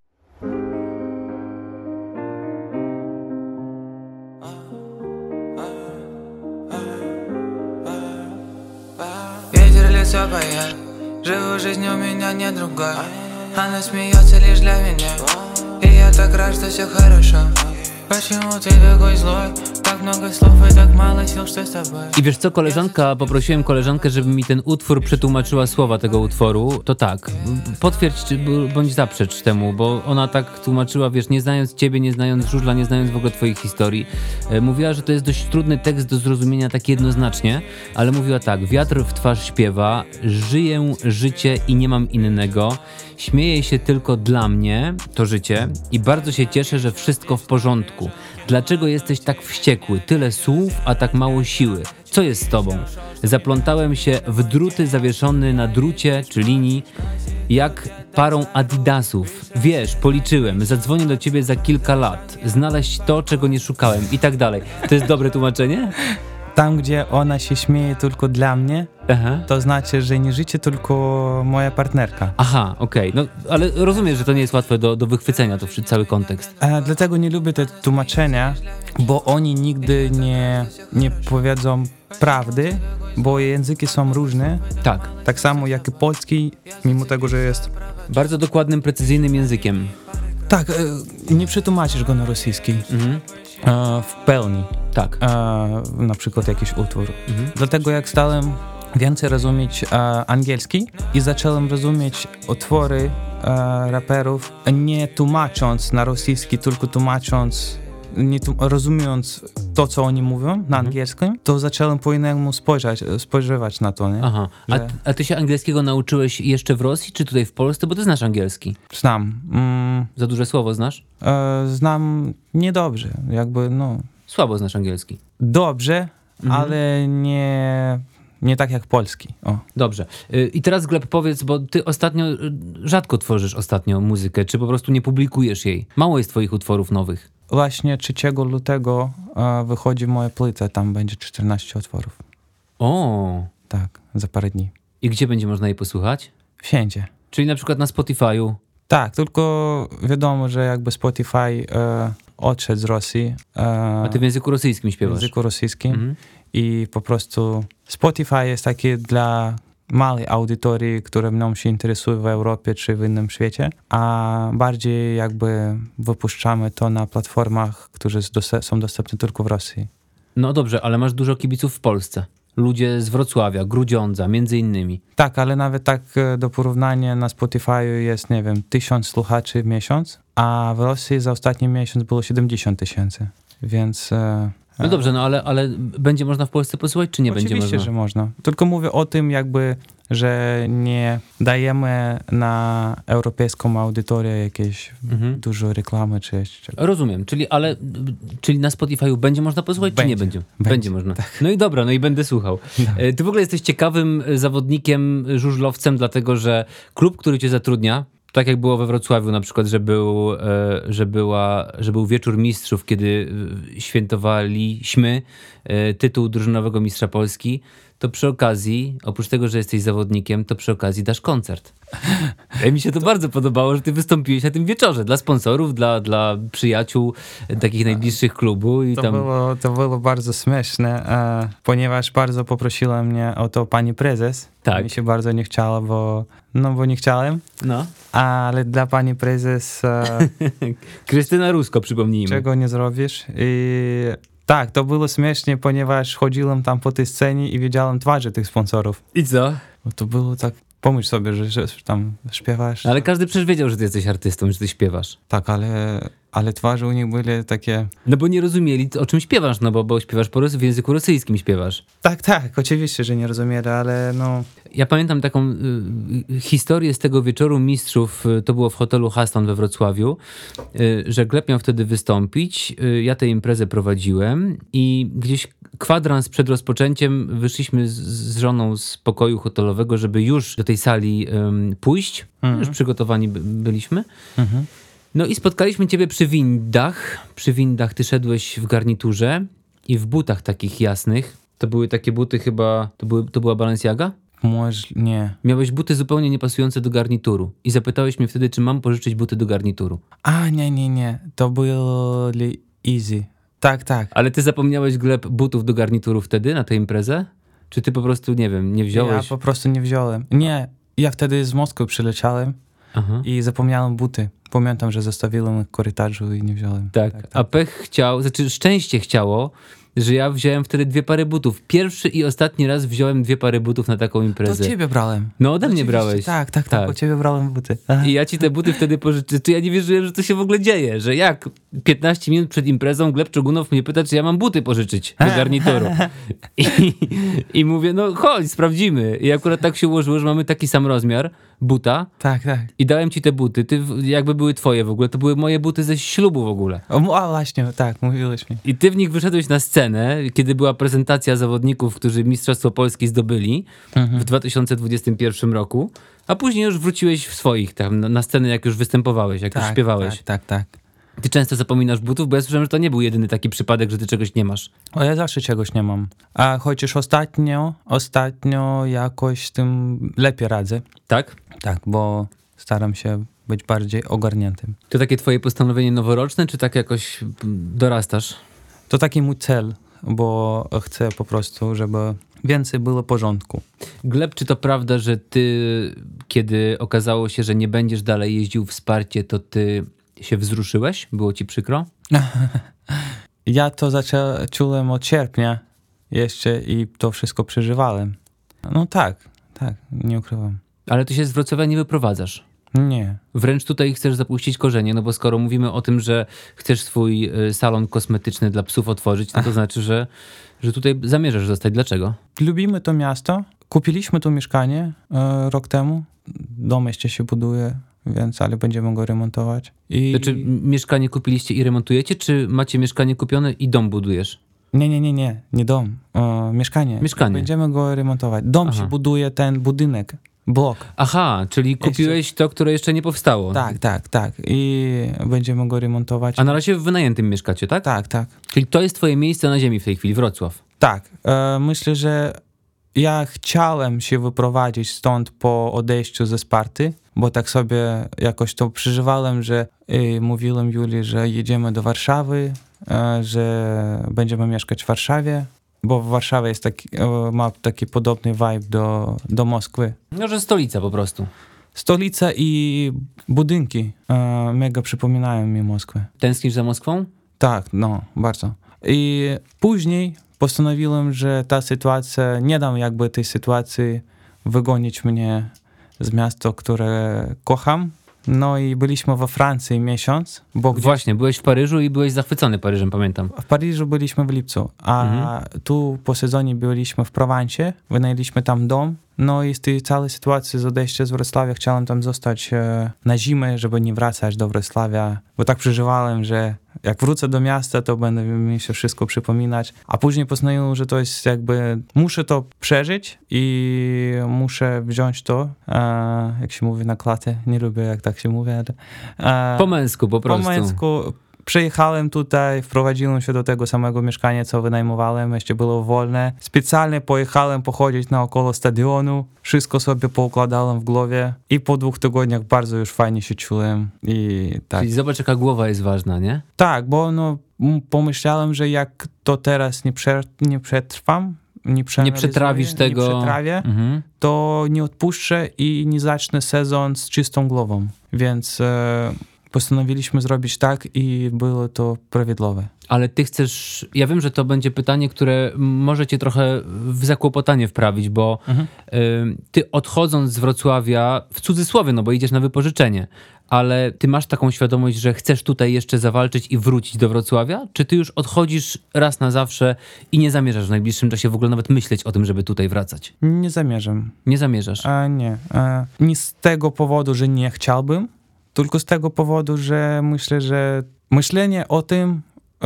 Я живу жизнь, у меня нет другой. Она смеется лишь для меня. И я так рад, что все хорошо. Почему ты такой злой? Tak много słów i tak mało sił, że z tobą. I wiesz co, poprosiłem koleżankę, żeby mi ten utwór przetłumaczyła słowa tego utworu. To tak, potwierdź bądź zaprzecz temu, bo ona tak tłumaczyła, wiesz, nie znając ciebie, nie znając żużla, nie znając w ogóle twoich historii. Mówiła, że to jest dość trudny tekst do zrozumienia tak jednoznacznie, ale mówiła tak: wiatr w twarz śpiewa, żyję życie i nie mam innego. Śmieję się tylko dla mnie, to życie, i bardzo się cieszę, że wszystko w porządku. Dlaczego jesteś tak wściekły? Tyle słów, a tak mało siły. Co jest z tobą? Zaplątałem się w druty zawieszony na drucie czy linii, jak parą adidasów. Wiesz, policzyłem, zadzwonię do ciebie za kilka lat. Znaleźć to, czego nie szukałem i tak dalej. To jest dobre tłumaczenie? Tam, gdzie ona się śmieje tylko dla mnie, to znaczy, że nie życie, tylko moja partnerka. Aha, okej. No, ale rozumiesz, że to nie jest łatwe do wychwycenia, to cały kontekst. Dlatego nie lubię te tłumaczenia, bo oni nigdy nie powiedzą prawdy, bo języki są różne. Tak. Tak samo jak i polski, mimo tego, że jest... Bardzo dokładnym, precyzyjnym językiem. Tak, nie przetłumaczysz go na rosyjski. W pełni. Tak. Na przykład jakiś utwór. Dlatego jak stałem więcej rozumieć angielski i zacząłem rozumieć utwory raperów, nie tłumacząc na rosyjski, tylko tłumacząc, rozumiejąc to, co oni mówią na angielskim, to zacząłem po innemu spojrzewać na to. Nie? Aha. A ty się angielskiego nauczyłeś jeszcze w Rosji, czy tutaj w Polsce? Bo ty znasz angielski. Znam. Za duże słowo znasz? Znam niedobrze, Słabo znasz angielski. Dobrze, ale nie tak jak polski. O. Dobrze. I teraz, Gleb, powiedz, bo ty rzadko tworzysz muzykę, czy po prostu nie publikujesz jej? Mało jest twoich utworów nowych. Właśnie 3 lutego wychodzi moja płyta, tam będzie 14 utworów. O! Tak, za parę dni. I gdzie będzie można jej posłuchać? Wszędzie. Czyli na przykład na Spotify'u? Tak, tylko wiadomo, że jakby Spotify odszedł z Rosji. A ty w języku rosyjskim śpiewasz? W języku rosyjskim. I po prostu Spotify jest taki dla małej audytorii, która mną się interesuje w Europie czy w innym świecie, a bardziej jakby wypuszczamy to na platformach, które są dostępne tylko w Rosji. No dobrze, ale masz dużo kibiców w Polsce. Ludzie z Wrocławia, Grudziądza, między innymi. Tak, ale nawet tak do porównania na Spotify jest, nie wiem, 1000 słuchaczy w miesiąc, a w Rosji za ostatni miesiąc było 70 000, więc... No dobrze, no ale będzie można w Polsce posłuchać, czy nie będzie można? Oczywiście, że można. Tylko mówię o tym jakby, że nie dajemy na europejską audytorię jakieś dużo reklamy czy jeszcze. Rozumiem, czyli na Spotify'u będzie można posłuchać, czy nie będzie? Będzie można. Tak. No i dobra, no i będę słuchał. No. Ty w ogóle jesteś ciekawym zawodnikiem, żużlowcem, dlatego że klub, który cię zatrudnia, tak jak było we Wrocławiu na przykład, że był wieczór mistrzów, kiedy świętowaliśmy tytuł drużynowego mistrza Polski, to przy okazji, oprócz tego, że jesteś zawodnikiem, to przy okazji dasz koncert. I mi się to bardzo podobało, że ty wystąpiłeś na tym wieczorze dla sponsorów, dla przyjaciół takich najbliższych klubu. I to było bardzo śmieszne, ponieważ bardzo poprosiła mnie o to pani prezes. Tak. Mi się bardzo nie chciało, bo nie chciałem. No. Ale dla pani prezes... Krystyna Rusko, przypomnijmy. Czego nie zrobisz. Tak, to było śmiesznie, ponieważ chodziłem tam po tej scenie i widziałem twarze tych sponsorów. I co? No to było tak, pomyśl sobie, że tam śpiewasz. Ale każdy przecież wiedział, że ty jesteś artystą, że ty śpiewasz. Tak, ale twarze u nich były takie... No bo nie rozumieli, o czym śpiewasz, no bo śpiewasz w języku rosyjskim śpiewasz. Tak, oczywiście, że nie rozumieli, ale no... Ja pamiętam taką historię z tego wieczoru mistrzów, to było w hotelu Haston we Wrocławiu, że Gleb miał wtedy wystąpić, ja tę imprezę prowadziłem i gdzieś kwadrans przed rozpoczęciem wyszliśmy z żoną z pokoju hotelowego, żeby już do tej sali pójść, już przygotowani byliśmy. No i spotkaliśmy ciebie przy windach. Przy windach ty szedłeś w garniturze i w butach takich jasnych. To były takie buty chyba... To była Balenciaga? Może nie. Miałeś buty zupełnie niepasujące do garnituru. I zapytałeś mnie wtedy, czy mam pożyczyć buty do garnituru. Nie. To byli Easy. Tak. Ale ty zapomniałeś, Gleb, butów do garnituru wtedy na tę imprezę? Czy ty po prostu, nie wiem, nie wziąłeś? Ja po prostu nie wziąłem. Nie, ja wtedy z Moskwy przyleciałem. Aha. I zapomniałem buty. Pamiętam, że zostawiłem ich w korytarzu i nie wziąłem. Tak. A pech chciał, szczęście chciało, że ja wziąłem wtedy 2 pary butów. Pierwszy i ostatni raz wziąłem 2 pary butów na taką imprezę. To ciebie brałem. No ode mnie brałeś. Tak, od ciebie brałem buty. I ja ci te buty wtedy pożyczyłem. Ja nie wierzyłem, że to się w ogóle dzieje, że jak 15 minut przed imprezą Gleb Czogunow mnie pyta, czy ja mam buty pożyczyć do garnituru. I mówię, no chodź, sprawdzimy. I akurat tak się ułożyło, że mamy taki sam rozmiar buta. Tak. I dałem ci te buty. Ty jakby były twoje w ogóle. To były moje buty ze ślubu w ogóle. A właśnie, tak, mówiłeś mi. I ty w nich wyszedłeś na scenę, kiedy była prezentacja zawodników, którzy Mistrzostwo Polski zdobyli w 2021 roku, a później już wróciłeś w swoich tam na scenę, jak już występowałeś, jak już śpiewałeś. Tak. Ty często zapominasz butów, bo ja słyszałem, że to nie był jedyny taki przypadek, że ty czegoś nie masz. O, ja zawsze czegoś nie mam. A chociaż ostatnio jakoś z tym lepiej radzę. Tak? Tak, bo staram się być bardziej ogarniętym. To takie twoje postanowienie noworoczne, czy tak jakoś dorastasz? To taki mój cel, bo chcę po prostu, żeby więcej było porządku. Gleb, czy to prawda, że ty, kiedy okazało się, że nie będziesz dalej jeździł w Sparcie, to ty się wzruszyłeś? Było ci przykro? Ja to czułem od sierpnia jeszcze i to wszystko przeżywałem. No tak, nie ukrywam. Ale ty się z Wrocławia nie wyprowadzasz. Nie. Wręcz tutaj chcesz zapuścić korzenie, no bo skoro mówimy o tym, że chcesz swój salon kosmetyczny dla psów otworzyć, no to znaczy, że tutaj zamierzasz zostać. Dlaczego? Lubimy to miasto. Kupiliśmy to mieszkanie rok temu. Dom jeszcze się buduje, więc ale będziemy go remontować. Znaczy mieszkanie kupiliście i remontujecie, czy macie mieszkanie kupione i dom budujesz? Nie dom. Mieszkanie. Będziemy go remontować. Dom się buduje, ten budynek. Blok. Aha, czyli kupiłeś to, które jeszcze nie powstało. Tak. I będziemy go remontować. A na razie w wynajętym mieszkacie, tak? Tak. Czyli to jest twoje miejsce na ziemi w tej chwili, Wrocław. Tak. Myślę, że ja chciałem się wyprowadzić stąd po odejściu ze Sparty, bo tak sobie jakoś to przeżywałem, że mówiłem Julii, że jedziemy do Warszawy, że będziemy mieszkać w Warszawie, bo Warszawa jest ma taki podobny vibe do Moskwy. No, że stolica po prostu. Stolica i budynki mega przypominają mi Moskwę. Tęsknisz za Moskwą? Tak, no, bardzo. I później postanowiłem, że ta sytuacja, nie dam jakby tej sytuacji wygonić mnie z miasta, które kocham. No i byliśmy we Francji miesiąc. Właśnie, byłeś w Paryżu i byłeś zachwycony Paryżem, pamiętam. W Paryżu byliśmy w lipcu, a tu po sezonie byliśmy w Prowancie, wynajęliśmy tam dom No i z tej całej sytuacji z odejścia z Wrocławia chciałem tam zostać na zimę, żeby nie wracać do Wrocławia, bo tak przeżywałem, że jak wrócę do miasta, to będę mi się wszystko przypominać. A później postanowiłem, że to jest jakby, muszę to przeżyć i muszę wziąć to, jak się mówi na klatę, nie lubię jak tak się mówi, ale... Po męsku po prostu. Po męsku. Przyjechałem tutaj, wprowadziłem się do tego samego mieszkania, co wynajmowałem, jeszcze było wolne. Specjalnie pojechałem pochodzić naokoło stadionu, wszystko sobie poukładałem w głowie i po 2 tygodniach bardzo już fajnie się czułem i tak. Czyli zobacz, jaka głowa jest ważna, nie? Tak, bo no, pomyślałem, że jak to teraz nie przetrwam, nie przetrawisz tego. Nie przetrawię, to nie odpuszczę i nie zacznę sezon z czystą głową. Więc postanowiliśmy zrobić tak i było to prawidłowe. Ale ty chcesz... Ja wiem, że to będzie pytanie, które może cię trochę w zakłopotanie wprawić, bo ty odchodząc z Wrocławia, w cudzysłowie, no bo idziesz na wypożyczenie, ale ty masz taką świadomość, że chcesz tutaj jeszcze zawalczyć i wrócić do Wrocławia? Czy ty już odchodzisz raz na zawsze i nie zamierzasz w najbliższym czasie w ogóle nawet myśleć o tym, żeby tutaj wracać? Nie zamierzam. Nie zamierzasz? Nie. Nie z tego powodu, że nie chciałbym, tylko z tego powodu, że myślę, że myślenie o tym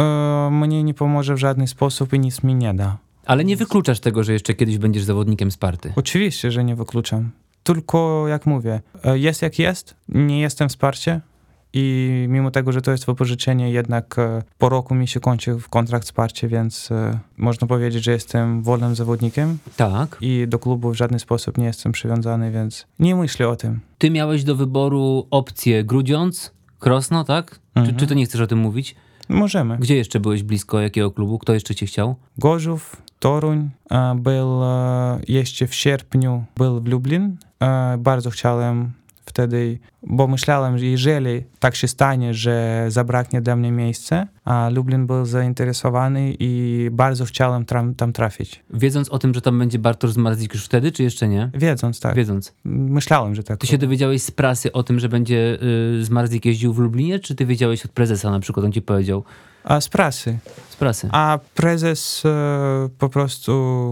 mnie nie pomoże w żaden sposób i nic mi nie da. Ale nie wykluczasz tego, że jeszcze kiedyś będziesz zawodnikiem Sparty? Oczywiście, że nie wykluczam. Tylko, jak mówię, jest jak jest, nie jestem wsparcie i mimo tego, że to jest wypożyczenie, jednak po roku mi się kończy kontrakt wsparcie, więc można powiedzieć, że jestem wolnym zawodnikiem. Tak. I do klubu w żaden sposób nie jestem przywiązany, więc nie myślę o tym. Ty miałeś do wyboru opcję Grudziądz, Krosno, tak? Czy to nie chcesz o tym mówić? Możemy. Gdzie jeszcze byłeś blisko jakiego klubu? Kto jeszcze cię chciał? Gorzów, Toruń, był jeszcze w sierpniu, był w Lublin. Bardzo chciałem wtedy, bo myślałem, że jeżeli tak się stanie, że zabraknie dla mnie miejsca, a Lublin był zainteresowany i bardzo chciałem tam trafić. Wiedząc o tym, że tam będzie Bartosz Zmarzlik już wtedy, czy jeszcze nie? Wiedząc, tak. Wiedząc. Myślałem, że tak. Ty się dowiedziałeś z prasy o tym, że będzie Zmarzlik jeździł w Lublinie, czy ty wiedziałeś od prezesa na przykład, on ci powiedział? A z prasy. Z prasy. A prezes po prostu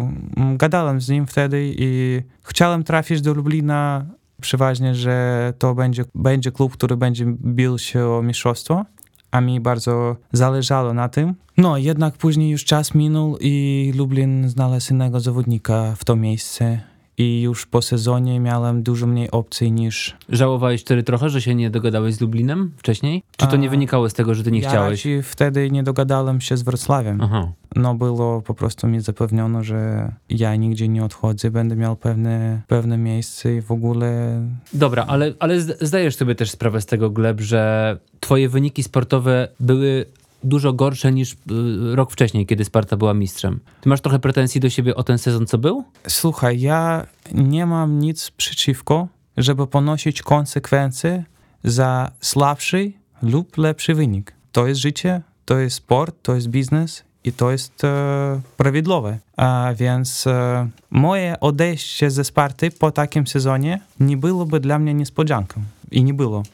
gadałem z nim wtedy i chciałem trafić do Lublina przeważnie, że to będzie klub, który będzie bił się o mistrzostwo, a mi bardzo zależało na tym. No, jednak później już czas minął i Lublin znalazł innego zawodnika w to miejsce i już po sezonie miałem dużo mniej opcji niż... Żałowałeś wtedy trochę, że się nie dogadałeś z Lublinem wcześniej? Czy to nie wynikało z tego, że ty nie chciałeś? Ja wtedy nie dogadałem się z Wrocławiem. Aha. No było po prostu mi zapewniono, że ja nigdzie nie odchodzę, będę miał pewne miejsce i w ogóle... Dobra, ale zdajesz sobie też sprawę z tego, Gleb, że twoje wyniki sportowe były dużo gorsze niż rok wcześniej, kiedy Sparta była mistrzem. Ty masz trochę pretensji do siebie o ten sezon, co był? Słuchaj, ja nie mam nic przeciwko, żeby ponosić konsekwencje za słabszy lub lepszy wynik. To jest życie, to jest sport, to jest biznes i to jest prawidłowe. A więc moje odejście ze Sparty po takim sezonie nie byłoby dla mnie niespodzianką. I nie było.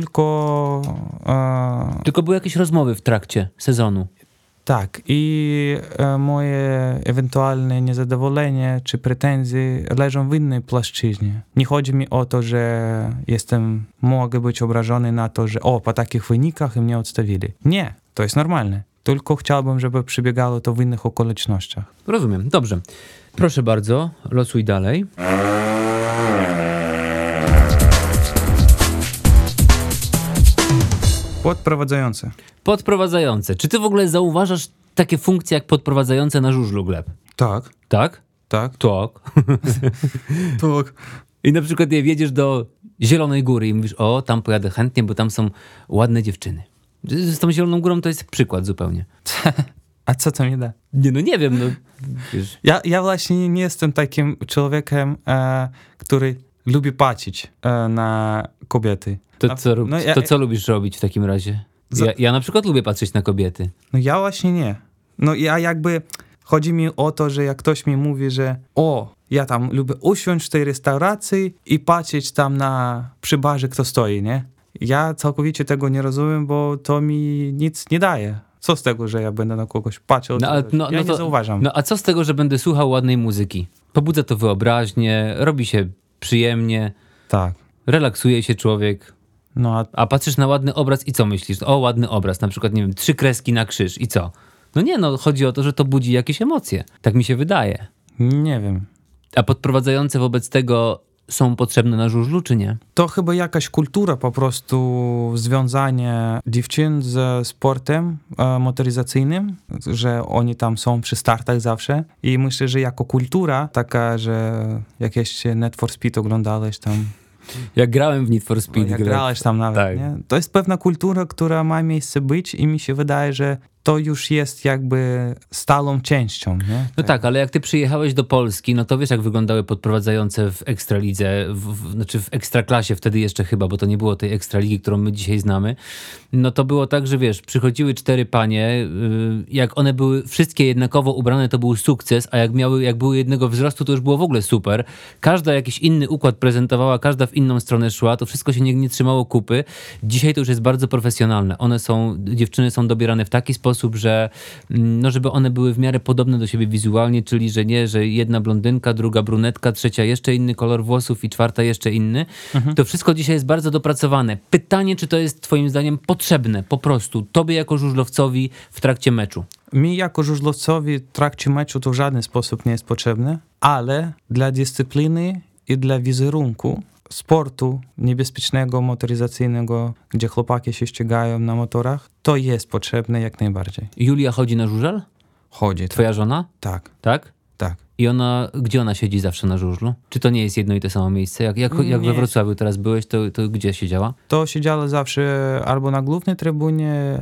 Tylko były jakieś rozmowy w trakcie sezonu. Tak, i moje ewentualne niezadowolenie czy pretensje leżą w innej płaszczyźnie. Nie chodzi mi o to, że mogę być obrażony na to, że po takich wynikach mnie odstawili. Nie, to jest normalne. Tylko chciałbym, żeby przebiegało to w innych okolicznościach. Rozumiem, dobrze. Proszę bardzo, losuj dalej. Podprowadzające. Czy ty w ogóle zauważasz takie funkcje jak podprowadzające na żużlu, Gleb? Tak. Tak? Tak. Tak. Tak. I na przykład jedziesz do Zielonej Góry i mówisz, tam pojadę chętnie, bo tam są ładne dziewczyny. Z tą Zieloną Górą to jest przykład zupełnie. A co to mi da? Nie wiem, wiesz. Ja właśnie nie jestem takim człowiekiem, który lubi patrzeć na kobiety. Co lubisz robić w takim razie? Ja na przykład lubię patrzeć na kobiety. No ja właśnie nie. No ja jakby... Chodzi mi o to, że jak ktoś mi mówi, że ja tam lubię usiąść w tej restauracji i patrzeć tam przy barze, kto stoi, nie? Ja całkowicie tego nie rozumiem, bo to mi nic nie daje. Co z tego, że ja będę na kogoś patrzył? Ja nie zauważam. No a co z tego, że będę słuchał ładnej muzyki? Pobudza to wyobraźnię, robi się przyjemnie, Tak. relaksuje się człowiek. No a A patrzysz na ładny obraz i co myślisz? O, ładny obraz, na przykład, nie wiem, 3 kreski na krzyż i co? No nie, no chodzi o to, że to budzi jakieś emocje. Tak mi się wydaje. nie wiem. A podprowadzające wobec tego są potrzebne na żużlu, czy nie? To chyba jakaś kultura po prostu związanie dziewczyn ze sportem motoryzacyjnym, że oni tam są przy startach zawsze i myślę, że jako kultura taka, że jak jeszcze Need for Speed oglądałeś tam, Jak grałem w Need for Speed. jak grałeś tam nawet, Tak. nie? To jest pewna kultura, która ma miejsce być i mi się wydaje, że to już jest jakby stałą częścią, nie? No tak, ale jak ty przyjechałeś do Polski, no to wiesz, jak wyglądały podprowadzające w Ekstralidze, znaczy w Ekstraklasie wtedy jeszcze chyba, bo to nie było tej Ekstraligi, którą my dzisiaj znamy. No to było tak, że wiesz, przychodziły 4 panie, jak one były wszystkie jednakowo ubrane, to był sukces, a jak były jednego wzrostu, to już było w ogóle super. Każda jakiś inny układ prezentowała, każda w inną stronę szła, to wszystko się nie trzymało kupy. Dzisiaj to już jest bardzo profesjonalne. Dziewczyny są dobierane w taki sposób, że no, żeby one były w miarę podobne do siebie wizualnie, czyli że nie, że jedna blondynka, druga brunetka, trzecia jeszcze inny kolor włosów i czwarta jeszcze inny. To wszystko dzisiaj jest bardzo dopracowane. Pytanie, czy to jest twoim zdaniem potrzebne po prostu tobie jako żużlowcowi w trakcie meczu? Mi jako żużlowcowi w trakcie meczu to w żaden sposób nie jest potrzebne, ale dla dyscypliny i dla wizerunku sportu niebezpiecznego, motoryzacyjnego, gdzie chłopaki się ścigają na motorach, to jest potrzebne jak najbardziej. Julia chodzi na żużel? Chodzi. Twoja żona? Tak, Tak? tak. I gdzie ona siedzi zawsze na żużlu? Czy to nie jest jedno i to samo miejsce? Jak Nie. we Wrocławiu teraz byłeś, to gdzie siedziała? To siedziała zawsze albo na głównej trybunie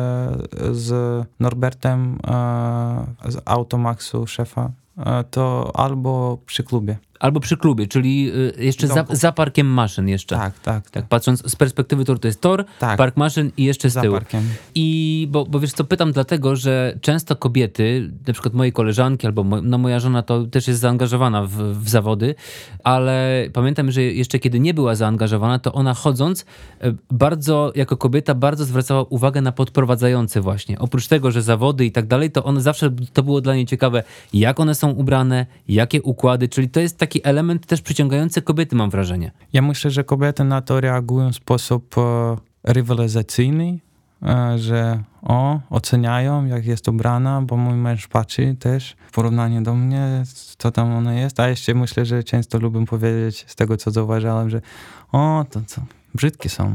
z Norbertem z Automaxu, szefa, to albo przy klubie. Albo przy klubie, czyli jeszcze za parkiem maszyn jeszcze. Tak. Patrząc z perspektywy toru, to jest tor, Tak. park maszyn i jeszcze z Za tyłu. parkiem. I bo wiesz co, pytam dlatego, że często kobiety, na przykład moje koleżanki albo moja żona to też jest zaangażowana w zawody, ale pamiętam, że jeszcze kiedy nie była zaangażowana, to ona chodząc bardzo, jako kobieta, bardzo zwracała uwagę na podprowadzające właśnie. Oprócz tego, że zawody i tak dalej, to one zawsze, to było dla niej ciekawe, jak one są ubrane, jakie układy, czyli to jest taki element też przyciągający kobiety, mam wrażenie. Ja myślę, że kobiety na to reagują w sposób rywalizacyjny, że oceniają, jak jest ubrana, bo mój męż patrzy też w porównaniu do mnie, co tam ona jest. A jeszcze myślę, że często lubię powiedzieć, z tego co zauważyłem, że to co, brzydkie są.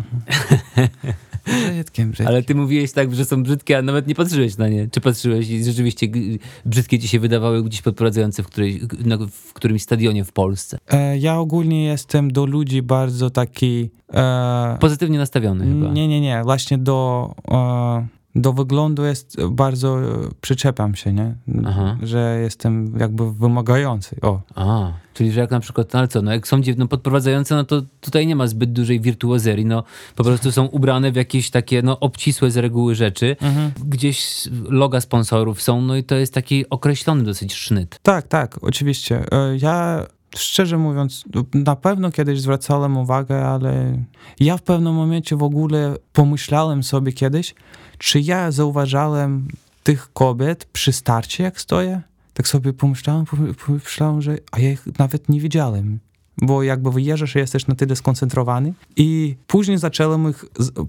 Brzydkie. Ale ty mówiłeś tak, że są brzydkie, a nawet nie patrzyłeś na nie. Czy patrzyłeś i rzeczywiście brzydkie ci się wydawały gdzieś podprowadzające w którymś stadionie w Polsce? Ja ogólnie jestem do ludzi bardzo taki... Pozytywnie nastawiony chyba. Nie. Właśnie do wyglądu jest bardzo... Przyczepiam się, nie? Aha. Że jestem jakby wymagający. Czyli że jak na przykład, ale co, jak są podprowadzające, no to tutaj nie ma zbyt dużej wirtuozerii, po prostu są ubrane w jakieś takie, obcisłe z reguły rzeczy. Gdzieś loga sponsorów są, i to jest taki określony dosyć sznyt. Tak, oczywiście. Ja szczerze mówiąc, na pewno kiedyś zwracałem uwagę, ale ja w pewnym momencie w ogóle pomyślałem sobie kiedyś, czy ja zauważałem tych kobiet przy starcie, jak stoję? Tak sobie pomyślałem, że a ja ich nawet nie widziałem. Bo jakby wyjeżdżasz, jesteś na tyle skoncentrowany i później zacząłem ich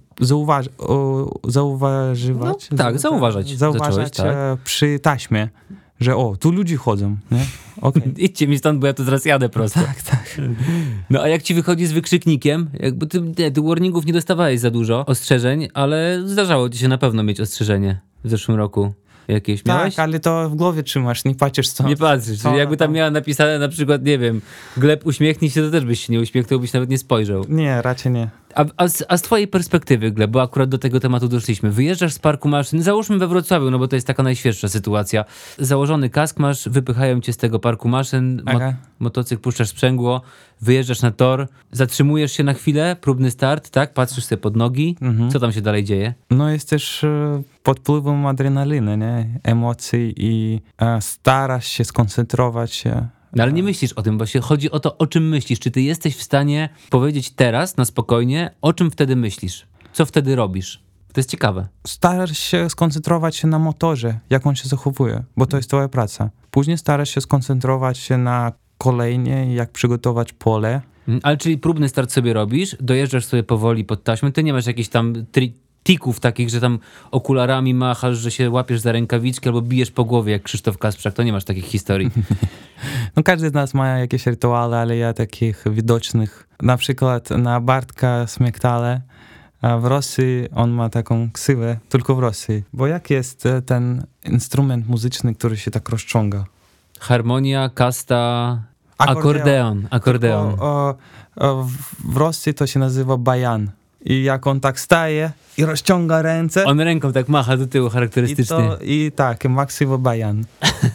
zauważywać. Zauważać zacząłeś, tak? Przy taśmie, że tu ludzie chodzą, nie? Okay. Idźcie mi stąd, bo ja tu zaraz jadę prosto. Tak. A jak ci wychodzi z wykrzyknikiem, jakby ty warningów nie dostawałeś za dużo, ostrzeżeń, ale zdarzało ci się na pewno mieć ostrzeżenie w zeszłym roku. Jakieś miałeś? Tak, ale to w głowie trzymasz, nie patrzysz co. Nie patrzysz, czyli jakby tam miała napisane na przykład, nie wiem, Gleb uśmiechnij się, to też byś się nie uśmiechnął, byś nawet nie spojrzał. Nie, raczej nie. A z twojej perspektywy, Gleb, bo akurat do tego tematu doszliśmy. Wyjeżdżasz z parku maszyn, załóżmy we Wrocławiu, bo to jest taka najświeższa sytuacja. Założony kask masz, wypychają cię z tego parku maszyn, motocykl puszczasz sprzęgło, wyjeżdżasz na tor, zatrzymujesz się na chwilę, próbny start, tak? Patrzysz sobie pod nogi. Co tam się dalej dzieje? Jest też pod wpływem adrenaliny, nie? Emocji i starasz się skoncentrować się. Ale nie myślisz o tym, bo chodzi o to, o czym myślisz. Czy ty jesteś w stanie powiedzieć teraz, na spokojnie, o czym wtedy myślisz? Co wtedy robisz? To jest ciekawe. Starasz się skoncentrować się na motorze, jak on się zachowuje, bo to jest twoja praca. Później starasz się skoncentrować się na kolejnie, jak przygotować pole. Ale czyli próbny start sobie robisz, dojeżdżasz sobie powoli pod taśmę, ty nie masz jakichś tam tików takich, że tam okularami machasz, że się łapiesz za rękawiczki albo bijesz po głowie jak Krzysztof Kasprzak, to nie masz takich historii. No każdy z nas ma jakieś rytuały, ale ja takich widocznych, na przykład na Bartka Smiektale, a w Rosji on ma taką ksywę, tylko w Rosji. Bo jak jest ten instrument muzyczny, który się tak rozciąga? Harmonia, kasta, akordeon. Tylko, w Rosji to się nazywa bajan. I jak on tak staje i rozciąga ręce... On ręką tak macha do tyłu charakterystycznie. I tak, maksywo bajan.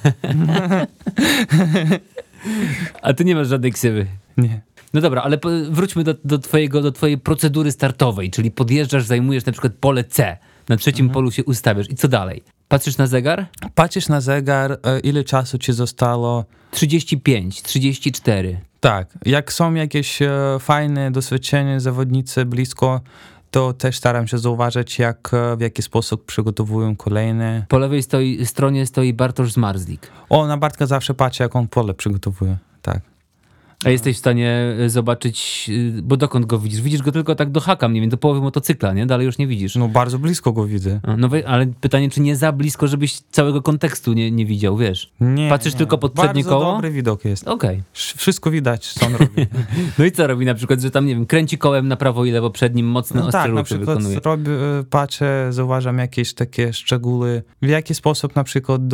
A ty nie masz żadnej ksywy. Nie. No dobra, ale wróćmy do twojej procedury startowej, czyli podjeżdżasz, zajmujesz na przykład pole C, na trzecim polu się ustawiasz i co dalej? Patrzysz na zegar? Patrzysz na zegar, ile czasu ci zostało? 35, 34. Tak, jak są jakieś fajne doświadczenia zawodnicy blisko, to też staram się zauważyć, w jaki sposób przygotowują kolejne. Po lewej stronie stoi Bartosz Zmarzlik. Na Bartka zawsze patrzę, jak on pole przygotowuje, tak. A jesteś w stanie zobaczyć, bo dokąd go widzisz? Widzisz go tylko tak do haka, mniej więcej do połowy motocykla, nie? Dalej już nie widzisz. No bardzo blisko go widzę. No ale pytanie, czy nie za blisko, żebyś całego kontekstu nie widział, wiesz? Nie. Patrzysz tylko pod przednie koło? Bardzo dobry widok jest. Okej. Wszystko widać, co on robi. No i co robi na przykład, że tam, nie wiem, kręci kołem na prawo i lewo przed nim, mocne ostre tak, na ruchy przykład wykonuje. patrzę, zauważam jakieś takie szczegóły, w jaki sposób na przykład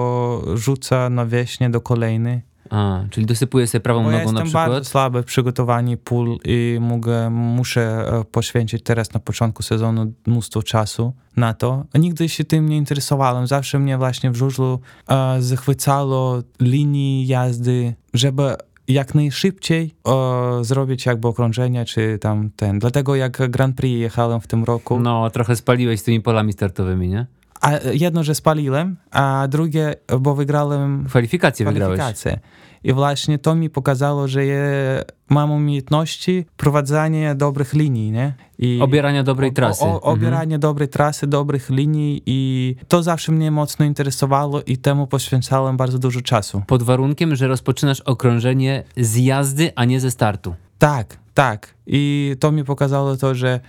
dorzuca nawierzchnię do kolejny. Czyli dosypuje sobie prawą Bo nogą ja jestem na przykład. bardzo słaby w przygotowaniu pól i muszę poświęcić teraz na początku sezonu mnóstwo czasu na to. Nigdy się tym nie interesowałem. Zawsze mnie właśnie w żużlu zachwycało linii jazdy, żeby jak najszybciej zrobić jakby okrążenie, czy tam ten. Dlatego jak Grand Prix jechałem w tym roku. No, trochę spaliłeś z tymi polami startowymi, nie? A jedno, że spaliłem, a drugie, bo wygrałem Kwalifikacje wygrałeś. I właśnie to mi pokazało, że mam umiejętności prowadzenia dobrych linii, nie? I obierania dobrej trasy. Obieranie dobrej trasy, dobrych linii i to zawsze mnie mocno interesowało i temu poświęcałem bardzo dużo czasu. Pod warunkiem, że rozpoczynasz okrążenie z jazdy, a nie ze startu. Tak. I to mi pokazało to, że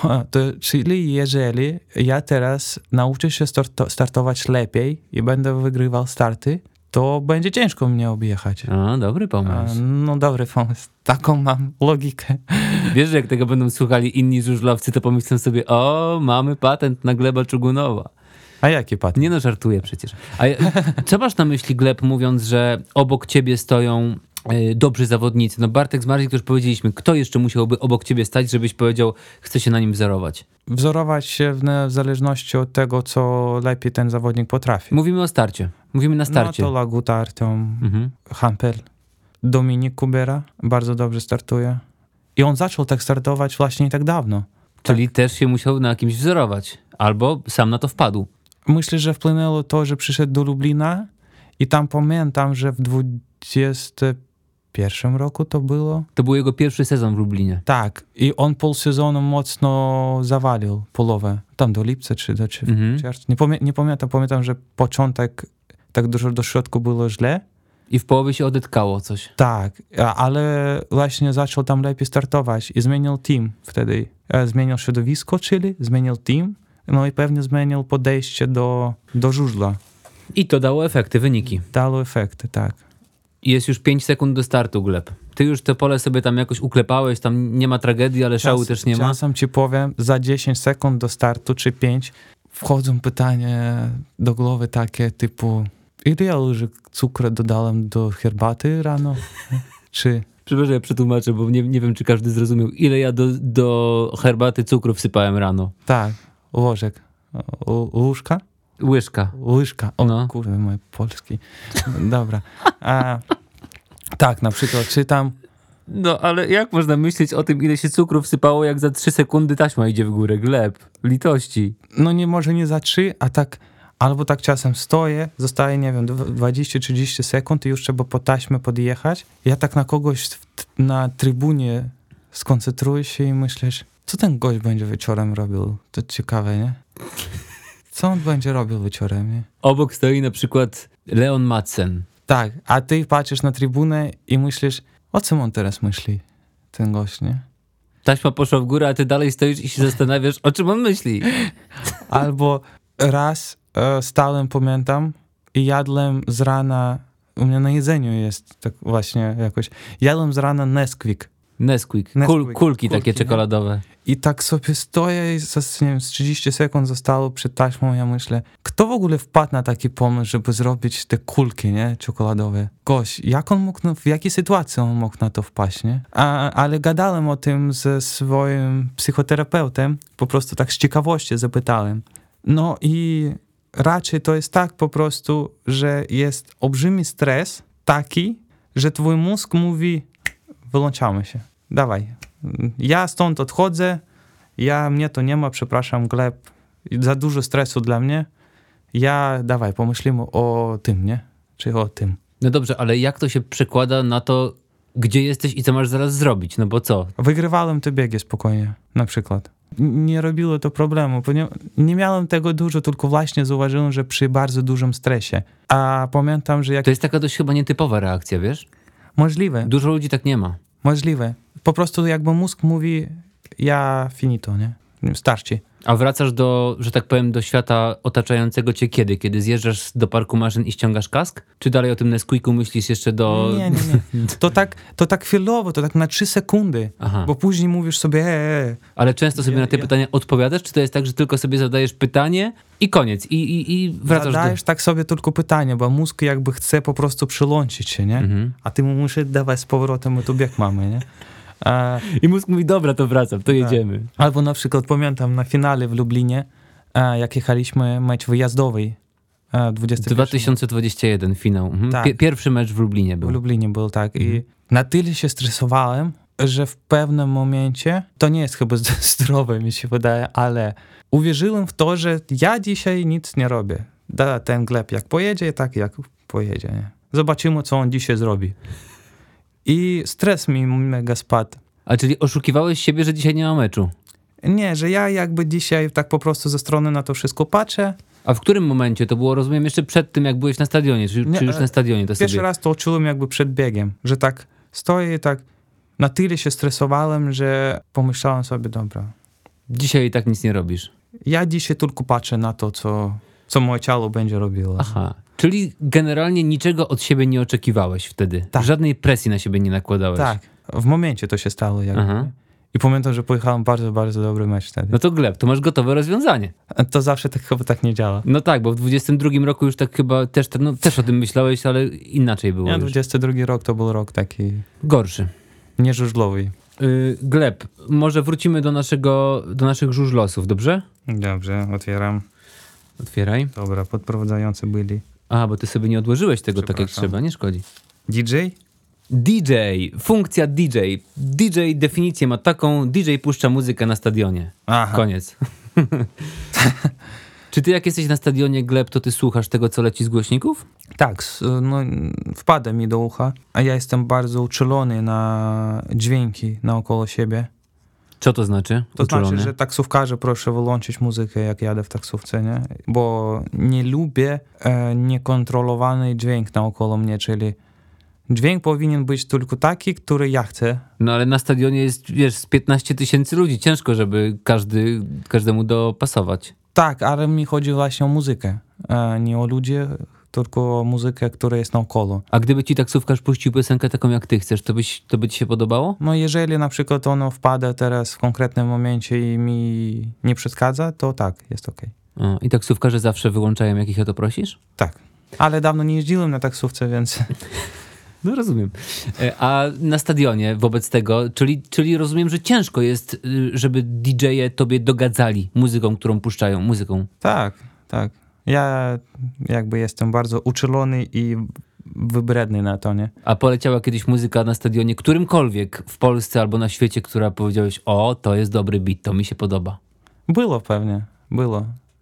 czyli jeżeli ja teraz nauczę się startować lepiej i będę wygrywał starty, to będzie ciężko mnie objechać. Dobry pomysł. No dobry pomysł. Taką mam logikę. Wiesz, że jak tego będą słuchali inni żużlowcy, to pomyślą sobie, mamy patent na Gleba Czugunowa. A jaki patent? Nie no, żartuję przecież. Co masz na myśli, Gleb, mówiąc, że obok ciebie stoją dobrzy zawodnicy? No Bartek Zmarzlik, to już powiedzieliśmy. Kto jeszcze musiałby obok ciebie stać, żebyś powiedział, chce się na nim wzorować? Wzorować się w zależności od tego, co lepiej ten zawodnik potrafi. Mówimy o starcie. Mówimy na starcie. No to Laguta, Artem, Hampel, Dominik Kubera bardzo dobrze startuje. I on zaczął tak startować właśnie nie tak dawno. Czyli też się musiał na kimś wzorować. Albo sam na to wpadł. Myślę, że wpłynęło to, że przyszedł do Lublina i tam pamiętam, że w 21 roku to było. To był jego pierwszy sezon w Lublinie. Tak. I on pół sezonu mocno zawalił połowę. Tam do lipca czy do czerwca. Nie pamiętam. Pamiętam, że początek tak dużo do środku było źle. I w połowie się odetkało coś. Tak, ale właśnie zaczął tam lepiej startować i zmienił team wtedy. Zmienił środowisko, czyli zmienił team, no i pewnie zmienił podejście do żużla. I to dało efekty, wyniki. Dało efekty, tak. Jest już 5 sekund do startu, Gleb. Ty już to pole sobie tam jakoś uklepałeś, tam nie ma tragedii, ale szału też nie ma. Czasem ci powiem, za 10 sekund do startu, czy 5, wchodzą pytania do głowy takie typu, ile ja łyżek cukru dodałem do herbaty rano? Czy... Przepraszam, ja przetłumaczę, bo nie wiem, czy każdy zrozumiał. Ile ja do herbaty cukru wsypałem rano? Tak, łożek. Łyżka? Łyżka. O kurde, mój polski. Dobra. Tak, na przykład czytam. No, ale jak można myśleć o tym, ile się cukru wsypało, jak za 3 sekundy taśma idzie w górę? Gleb, litości. No może nie za 3, a tak, albo tak czasem stoję, zostaje, nie wiem, 20-30 sekund i już trzeba po taśmę podjechać. Ja tak na kogoś na trybunie skoncentruję się i myślisz, co ten gość będzie wieczorem robił? To ciekawe, nie? Co on będzie robił wieczorem, nie? Obok stoi na przykład Leon Madsen. Tak, a ty patrzysz na trybunę i myślisz, o czym on teraz myśli, ten gość, nie? Taśma poszła w górę, a ty dalej stoisz i się zastanawiasz, o czym on myśli. Albo raz stałem, pamiętam, i jadłem z rana, u mnie na jedzeniu jest tak właśnie jakoś, jadłem z rana Nesquik. Nesquik. Kulki takie czekoladowe. I tak sobie stoję i nie wiem, z 30 sekund zostało przed taśmą, ja myślę, kto w ogóle wpadł na taki pomysł, żeby zrobić te kulki, nie, czekoladowe? Gość, jak on mógł, w jakiej sytuacji on mógł na to wpaść, nie? Ale gadałem o tym ze swoim psychoterapeutem, po prostu tak z ciekawości zapytałem. No i raczej to jest tak po prostu, że jest olbrzymi stres taki, że twój mózg mówi, wyłączamy się, dawaj. Ja stąd odchodzę, mnie to nie ma, przepraszam, Gleb, za dużo stresu dla mnie. Dawaj, pomyślimy o tym, nie? Czy o tym. No dobrze, ale jak to się przekłada na to, gdzie jesteś i co masz zaraz zrobić? No bo co? Wygrywałem te biegi spokojnie, na przykład. Nie robiło to problemu, nie miałem tego dużo, tylko właśnie zauważyłem, że przy bardzo dużym stresie. A pamiętam, że jak... To jest taka dość chyba nietypowa reakcja, wiesz? Możliwe. Dużo ludzi tak nie ma. Możliwe. Po prostu jakby mózg mówi, ja finito, nie? Starczy. A wracasz do, że tak powiem, do świata otaczającego cię kiedy? Kiedy zjeżdżasz do parku maszyn i ściągasz kask? Czy dalej o tym Nesquiku myślisz jeszcze do... Nie. To tak chwilowo, to tak na 3 sekundy. Aha. Bo później mówisz sobie Ale często sobie na te pytania odpowiadasz? Czy to jest tak, że tylko sobie zadajesz pytanie i koniec? I wracasz Zadajesz tak sobie tylko pytanie, bo mózg jakby chce po prostu przyłączyć się, nie? A ty mu musisz dawać z powrotem, my tu bieg mamy, nie? I mózg mówi, dobra, to wracam, to jedziemy. Albo na przykład pamiętam na finale w Lublinie, jak jechaliśmy mecz wyjazdowy. 2021 finał. Tak. Pierwszy mecz w Lublinie był. W Lublinie był, tak. I na tyle się stresowałem, że w pewnym momencie, to nie jest chyba zdrowe, mi się wydaje, ale uwierzyłem w to, że ja dzisiaj nic nie robię. Ten Gleb jak pojedzie, tak jak pojedzie. Nie? Zobaczymy, co on dzisiaj zrobi. I stres mi mega spadł. A czyli oszukiwałeś siebie, że dzisiaj nie ma meczu? Nie, że ja jakby dzisiaj tak po prostu ze strony na to wszystko patrzę. A w którym momencie? To było, rozumiem, jeszcze przed tym, jak byłeś na stadionie, czy już na stadionie? To Pierwszy sobie... raz to czułem jakby przed biegiem, że tak stoję i tak na tyle się stresowałem, że pomyślałem sobie, dobra. Dzisiaj i tak nic nie robisz. Ja dzisiaj tylko patrzę na to, co moje ciało będzie robiło. Aha, czyli generalnie niczego od siebie nie oczekiwałeś wtedy? Tak. Żadnej presji na siebie nie nakładałeś? Tak, w momencie to się stało jakby. Aha. I pamiętam, że pojechałem bardzo, bardzo dobry mecz wtedy. No to Gleb, to masz gotowe rozwiązanie. To zawsze tak chyba tak nie działa. No tak, bo w 22 roku już tak chyba też o tym myślałeś, ale inaczej było już. 22 rok to był rok taki Gorszy. nieżużlowy. Gleb, może wrócimy do naszych żużlosów, dobrze? Dobrze, otwieram. Otwieraj. Dobra, podprowadzający byli. A, bo ty sobie nie odłożyłeś tego tak jak trzeba, nie szkodzi. DJ? DJ, funkcja DJ. DJ definicję ma taką, DJ puszcza muzykę na stadionie. Aha. Koniec. Czy ty jak jesteś na stadionie, Gleb, to ty słuchasz tego, co leci z głośników? Tak, no, wpada mi do ucha, a ja jestem bardzo uczulony na dźwięki naokoło siebie. Co to znaczy? To Uczulony? znaczy, że taksówkarze proszę wyłączyć muzykę, jak jadę w taksówce, nie? Bo nie lubię niekontrolowany dźwięk naokoło mnie, czyli dźwięk powinien być tylko taki, który ja chcę. No ale na stadionie jest, wiesz, z 15 000 ludzi. Ciężko, żeby każdemu dopasować. Tak, ale mi chodzi właśnie o muzykę. Nie o ludzi, tylko o muzykę, która jest naokoło. A gdyby ci taksówkarz puścił piosenkę taką, jak ty chcesz, to by ci się podobało? No jeżeli na przykład ono wpada teraz w konkretnym momencie i mi nie przeszkadza, to tak, jest okej. I taksówkarze zawsze wyłączają, jak ich o to prosisz? Tak. Ale dawno nie jeździłem na taksówce, więc... No rozumiem. A na stadionie wobec tego, czyli rozumiem, że ciężko jest, żeby DJ-e tobie dogadzali muzyką, którą puszczają, muzyką. Tak. Ja jakby jestem bardzo uczulony i wybredny na to, nie? A poleciała kiedyś muzyka na stadionie, którymkolwiek w Polsce albo na świecie, która powiedziałeś, o, to jest dobry beat, to mi się podoba. Było pewnie, było.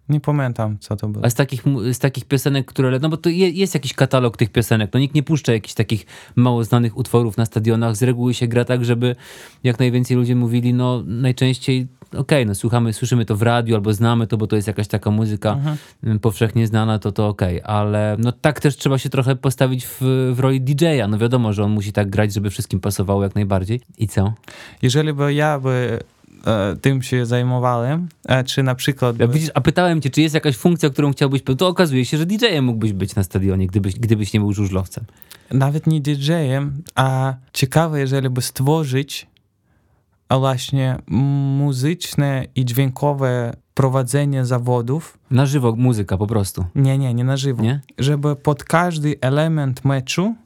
Nie pamiętam, co to było. A z takich piosenek, które... No bo to jest jakiś katalog tych piosenek. No nikt nie puszcza jakichś takich mało znanych utworów na stadionach. Z reguły się gra tak, żeby jak najwięcej ludzie mówili, no najczęściej okej, no słyszymy to w radiu albo znamy to, bo to jest jakaś taka muzyka powszechnie znana, to okej. Ale no tak też trzeba się trochę postawić w roli DJ-a. No wiadomo, że on musi tak grać, żeby wszystkim pasowało jak najbardziej. I co? Jeżeli by ja tym się zajmowałem, czy na przykład... Widzisz, a pytałem cię, czy jest jakaś funkcja, którą chciałbyś... To okazuje się, że DJ-em mógłbyś być na stadionie, gdybyś nie był żużlowcem. Nawet nie DJ-em, a ciekawe, jeżeli by stworzyć właśnie muzyczne i dźwiękowe prowadzenie zawodów. Na żywo muzyka po prostu. Nie na żywo. Nie? Żeby pod każdy element meczu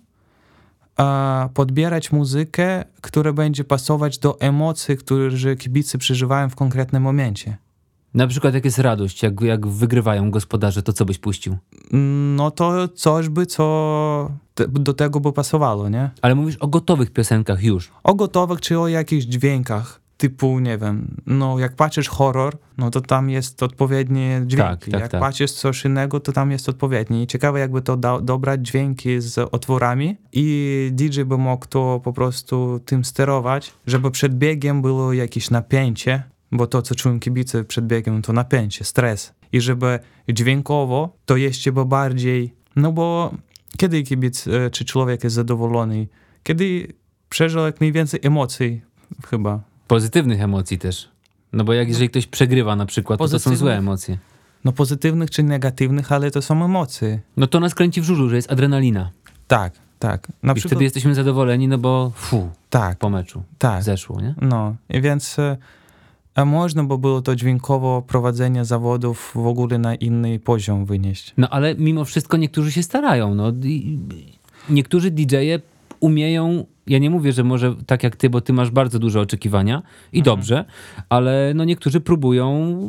podbierać muzykę, która będzie pasować do emocji, które kibice przeżywają w konkretnym momencie. Na przykład jak jest radość, jak wygrywają gospodarze, to co byś puścił? No to coś by, co do tego by pasowało, nie? Ale mówisz o gotowych piosenkach już. O gotowych, czy o jakichś dźwiękach. Typu, nie wiem, no jak patrzysz horror, no to tam jest odpowiednie dźwięki. Tak, jak tak. patrzysz coś innego, to tam jest odpowiednie. I ciekawe, jakby to dobrać dźwięki z otworami i DJ by mógł to po prostu tym sterować, żeby przed biegiem było jakieś napięcie, bo to, co czują kibice przed biegiem, to napięcie, stres. I żeby dźwiękowo to jeszcze by bardziej, no bo kiedy kibic czy człowiek jest zadowolony? Kiedy przeżył jak najwięcej emocji chyba. Pozytywnych emocji też. No bo jeżeli ktoś przegrywa na przykład, to są złe emocje. No pozytywnych czy negatywnych, ale to są emocje. No to nas kręci w żużlu, że jest adrenalina. Tak. Na I przykład, wtedy jesteśmy zadowoleni, no bo tak, po meczu tak. zeszło, nie? No i więc można by było to dźwiękowo prowadzenie zawodów w ogóle na inny poziom wynieść. No ale mimo wszystko niektórzy się starają. No. Niektórzy DJ-e umieją, ja nie mówię, że może tak jak ty, bo ty masz bardzo duże oczekiwania i dobrze, ale no niektórzy próbują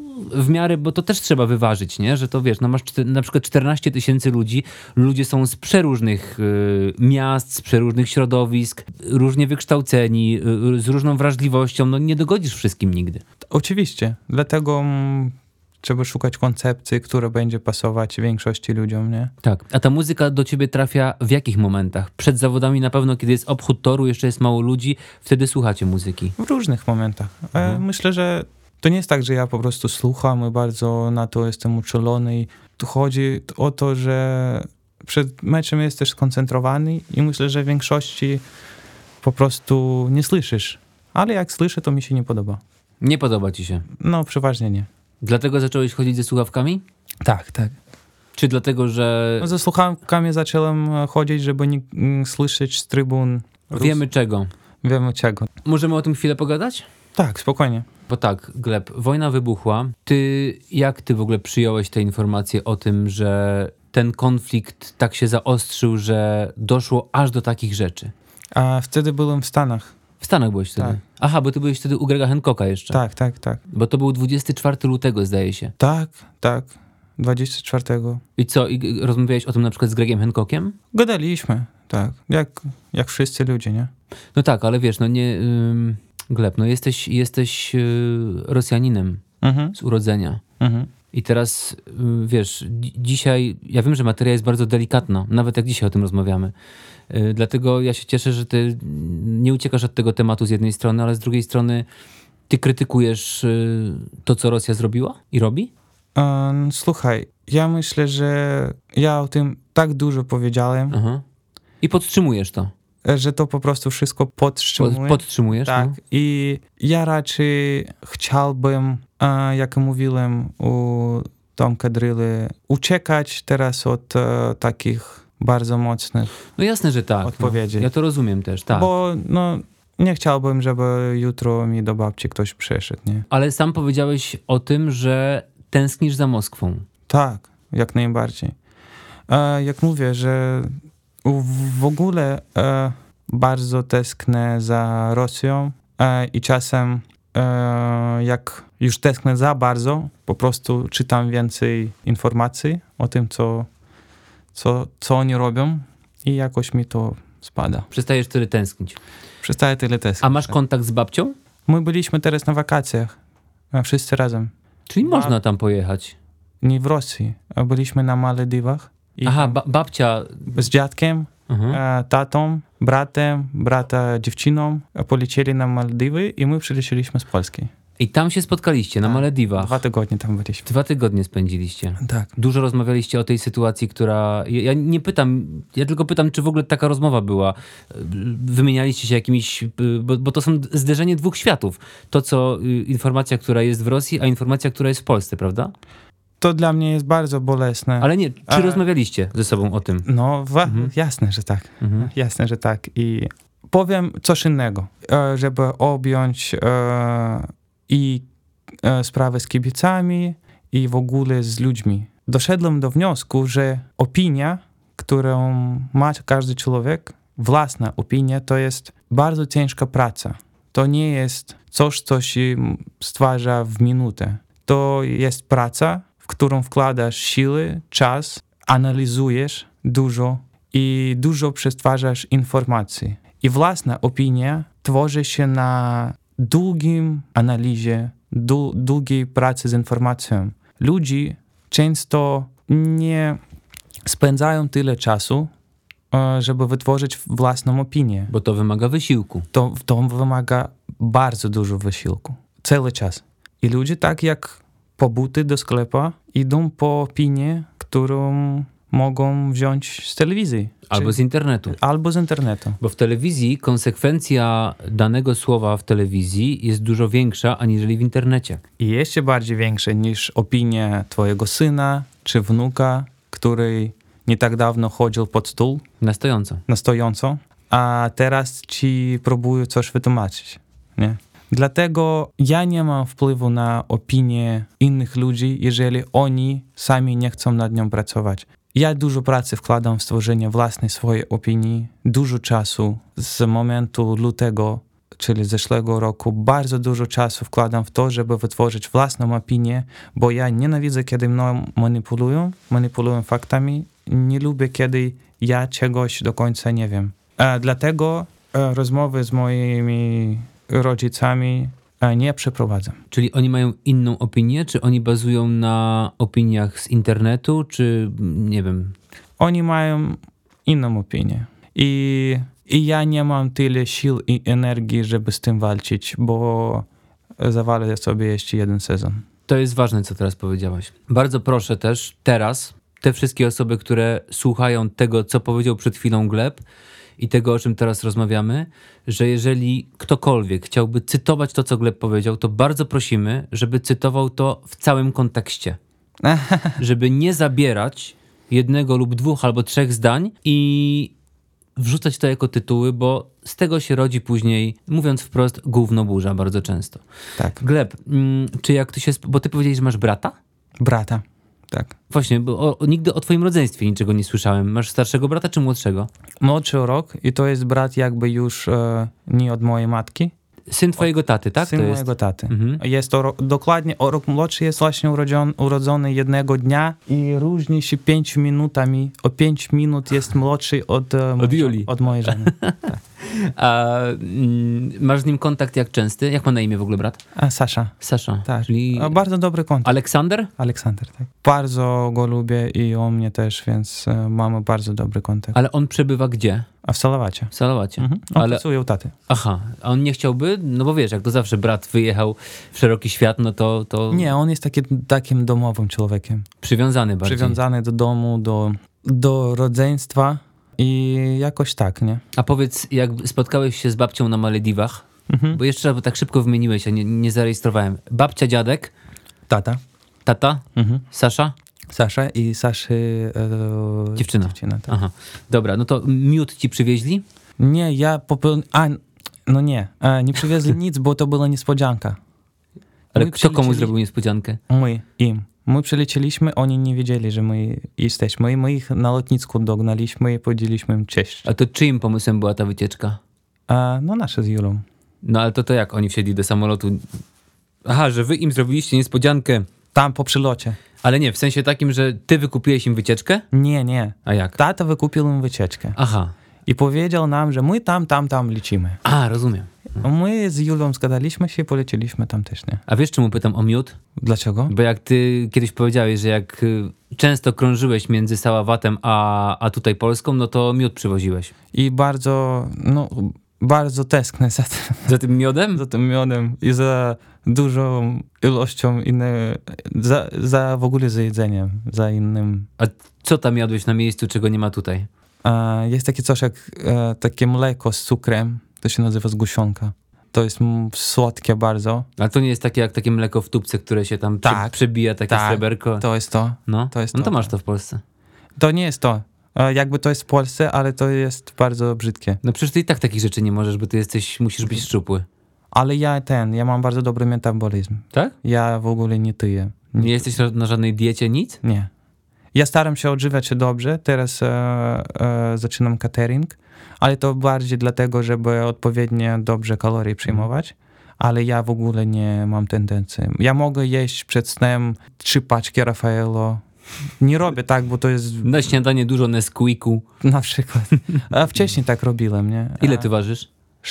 w miarę, bo to też trzeba wyważyć, nie? Że to wiesz, no masz na przykład 14 000 ludzi, ludzie są z przeróżnych miast, z przeróżnych środowisk, różnie wykształceni, z różną wrażliwością, no nie dogodzisz wszystkim nigdy. Oczywiście, dlatego trzeba szukać koncepcji, która będzie pasować większości ludziom, nie? Tak. A ta muzyka do ciebie trafia w jakich momentach? Przed zawodami na pewno, kiedy jest obchód toru, jeszcze jest mało ludzi, wtedy słuchacie muzyki. W różnych momentach. Myślę, że to nie jest tak, że ja po prostu słucham i bardzo na to jestem uczulony. I tu chodzi o to, że przed meczem jesteś skoncentrowany i myślę, że w większości po prostu nie słyszysz. Ale jak słyszę, to mi się nie podoba. Nie podoba ci się? No, przeważnie nie. Dlatego zacząłeś chodzić ze słuchawkami? Tak. Czy dlatego, że... No, ze słuchawkami zacząłem chodzić, żeby nie słyszeć z trybun. Wiemy czego. Wiemy czego. Możemy o tym chwilę pogadać? Tak, spokojnie. Bo tak, Gleb, wojna wybuchła. Jak ty w ogóle przyjąłeś te informacje o tym, że ten konflikt tak się zaostrzył, że doszło aż do takich rzeczy? A wtedy byłem w Stanach. W Stanach byłeś wtedy? Tak. Aha, bo ty byłeś wtedy u Grega Hancocka jeszcze. Tak. Bo to był 24 lutego, zdaje się. Tak. 24. I co, rozmawiałeś o tym na przykład z Gregiem Hancockiem? Gadaliśmy, tak. Jak wszyscy ludzie, nie? No tak, ale wiesz, no nie... Gleb, no jesteś Rosjaninem z urodzenia. I teraz, wiesz, dzisiaj, ja wiem, że materia jest bardzo delikatna, nawet jak dzisiaj o tym rozmawiamy. Dlatego ja się cieszę, że ty nie uciekasz od tego tematu z jednej strony, ale z drugiej strony ty krytykujesz to, co Rosja zrobiła i robi? Słuchaj, ja myślę, że ja o tym tak dużo powiedziałem. Aha. I podtrzymujesz to. Że to po prostu wszystko podtrzymuję. Podtrzymujesz? Tak. No. I ja raczej chciałbym, jak mówiłem u Tomka Dryly, uciekać teraz od takich bardzo mocnych No jasne, że tak. odpowiedzi. No. Ja to rozumiem też, tak. Bo nie chciałbym, żeby jutro mi do babci ktoś przyszedł, nie? Ale sam powiedziałeś o tym, że tęsknisz za Moskwą. Tak, jak najbardziej. Jak mówię, że w ogóle bardzo tęsknię za Rosją i czasem jak już tęsknię za bardzo, po prostu czytam więcej informacji o tym, co oni robią i jakoś mi to spada. Przestajesz tyle tęsknić. Przestaję tyle tęsknić. A masz kontakt z babcią? My byliśmy teraz na wakacjach, wszyscy razem. Czyli można tam pojechać. nie w Rosji. Byliśmy na Malediwach. I Aha, babcia... z dziadkiem, tatą, brata dziewczyną polecieli na Malediwy i my przylecieliśmy z Polski. I tam się spotkaliście, na Malediwach. 2 tygodnie tam byliśmy. 2 tygodnie spędziliście. Tak. Dużo rozmawialiście o tej sytuacji, która... Ja nie pytam, ja tylko pytam, czy w ogóle taka rozmowa była. Wymienialiście się jakimiś... Bo to są zderzenie dwóch światów. To, co informacja, która jest w Rosji, a informacja, która jest w Polsce, prawda? To dla mnie jest bardzo bolesne. Ale nie, czy rozmawialiście ze sobą o tym? No, jasne, że tak. Jasne, że tak. I powiem coś innego, żeby objąć i sprawę z kibicami i w ogóle z ludźmi. Doszedłem do wniosku, że opinia, którą ma każdy człowiek, własna opinia, to jest bardzo ciężka praca. To nie jest coś, co się stwarza w minutę. To jest praca, w którą wkładasz siły, czas, analizujesz dużo i dużo przetwarzasz informacji. I własna opinia tworzy się na długim analizie, długiej pracy z informacją. Ludzie często nie spędzają tyle czasu, żeby wytworzyć własną opinię. Bo to wymaga wysiłku. To wymaga bardzo dużo wysiłku. Cały czas. I ludzie tak jak pobuty do sklepu idą po opinię, którą mogą wziąć z telewizji. Albo z internetu. Albo z internetu. Bo w telewizji konsekwencja danego słowa w telewizji jest dużo większa, aniżeli w internecie. I jeszcze bardziej większe niż opinia twojego syna czy wnuka, który nie tak dawno chodził pod stół. Na stojąco. A teraz ci próbują coś wytłumaczyć. Nie? Dlatego ja nie mam wpływu na opinię innych ludzi, jeżeli oni sami nie chcą nad nią pracować. Ja dużo pracy wkładam w stworzenie własnej swojej opinii, dużo czasu z momentu lutego, czyli zeszłego roku, bardzo dużo czasu wkładam w to, żeby wytworzyć własną opinię, bo ja nienawidzę, kiedy mną manipulują faktami, nie lubię, kiedy ja czegoś do końca nie wiem. Dlatego rozmowy z moimi rodzicami nie przeprowadzam. Czyli oni mają inną opinię, czy oni bazują na opiniach z internetu, czy nie wiem? Oni mają inną opinię. I ja nie mam tyle sił i energii, żeby z tym walczyć, bo zawalę sobie jeszcze jeden sezon. To jest ważne, co teraz powiedziałaś. Bardzo proszę też teraz te wszystkie osoby, które słuchają tego, co powiedział przed chwilą Gleb i tego, o czym teraz rozmawiamy, że jeżeli ktokolwiek chciałby cytować to, co Gleb powiedział, to bardzo prosimy, żeby cytował to w całym kontekście. Żeby nie zabierać jednego lub 2 albo 3 zdań i wrzucać to jako tytuły, bo z tego się rodzi później, mówiąc wprost, gówno burza bardzo często. Tak. Gleb, czy jak ty się... Bo ty powiedziałeś, że masz brata? Brata, tak. Właśnie, bo nigdy o twoim rodzeństwie niczego nie słyszałem. Masz starszego brata czy młodszego? Młodszy o rok i to jest brat jakby już nie od mojej matki. Syn twojego taty, tak? Syn to jest? mojego taty. Jest to dokładnie o rok młodszy, jest właśnie urodzony jednego dnia i różni się 5 minutami. O 5 minut jest młodszy od Julii. Od mojej żony. Tak. A masz z nim kontakt jak częsty? Jak ma na imię w ogóle brat? Sasza. Sasza. Tak. Czyli... Bardzo dobry kontakt. Aleksander? Aleksander, tak. Bardzo go lubię i on mnie też, więc mamy bardzo dobry kontakt. Ale on przebywa gdzie? A w Salawacie. W Salawacie. On pracuje u taty. Aha, a on nie chciałby? No bo wiesz, jak to zawsze brat wyjechał w szeroki świat, no to... Nie, on jest takim domowym człowiekiem. Przywiązany bardziej. Przywiązany do domu, do rodzeństwa i jakoś tak, nie? A powiedz, jak spotkałeś się z babcią na Malediwach, bo jeszcze raz, bo tak szybko wymieniłeś, a nie zarejestrowałem. Babcia, dziadek? Tata? Sasza? Sasza i Saszy Dziewczyna. Tak. Aha. Dobra, no to miód ci przywieźli? Nie, nie przywieźli nic, bo to była niespodzianka. Ale kto komu zrobił niespodziankę? Im. My przylecieliśmy, oni nie wiedzieli, że my jesteśmy. My ich na lotnisku dognaliśmy i powiedzieliśmy im cześć. A to czyim pomysłem była ta wycieczka? No nasze z Julą. No ale to jak oni wsiedli do samolotu? Aha, że wy im zrobiliście niespodziankę. Tam po przylocie. Ale nie, w sensie takim, że ty wykupiłeś im wycieczkę? Nie. A jak? Tata wykupił im wycieczkę. Aha. I powiedział nam, że my tam lecimy. A, rozumiem. My z Julią zgadaliśmy się i polecieliśmy tam też, nie? A wiesz, czemu pytam o miód? Dlaczego? Bo jak ty kiedyś powiedziałeś, że jak często krążyłeś między Saławatem a tutaj Polską, no to miód przywoziłeś. I bardzo tęsknię Za tym miodem? za tym miodem i za dużą ilością za w ogóle za jedzeniem, za innym. A co tam jadłeś na miejscu, czego nie ma tutaj? Jest takie coś jak takie mleko z cukrem, to się nazywa zgusionka. To jest słodkie bardzo. Ale to nie jest takie jak takie mleko w tubce, które się tam przebija, takie sreberko. To jest to. No To jest no to to. masz to w Polsce. To nie jest to. Jakby to jest w Polsce, ale to jest bardzo brzydkie. No przecież ty i tak takich rzeczy nie możesz, bo ty musisz być szczupły. Ale ja mam bardzo dobry metabolizm. Tak? Ja w ogóle nie tyję. Nie jesteś na żadnej diecie, nic? Nie. Ja staram się odżywiać się dobrze. Teraz zaczynam catering, ale to bardziej dlatego, żeby odpowiednio dobrze kalorii przyjmować. Ale ja w ogóle nie mam tendencji. Ja mogę jeść przed snem 3 paczki Raffaello. Nie robię tak, bo to jest Na śniadanie dużo Nesquiku. na przykład. A wcześniej tak robiłem, nie? Ile ty ważysz?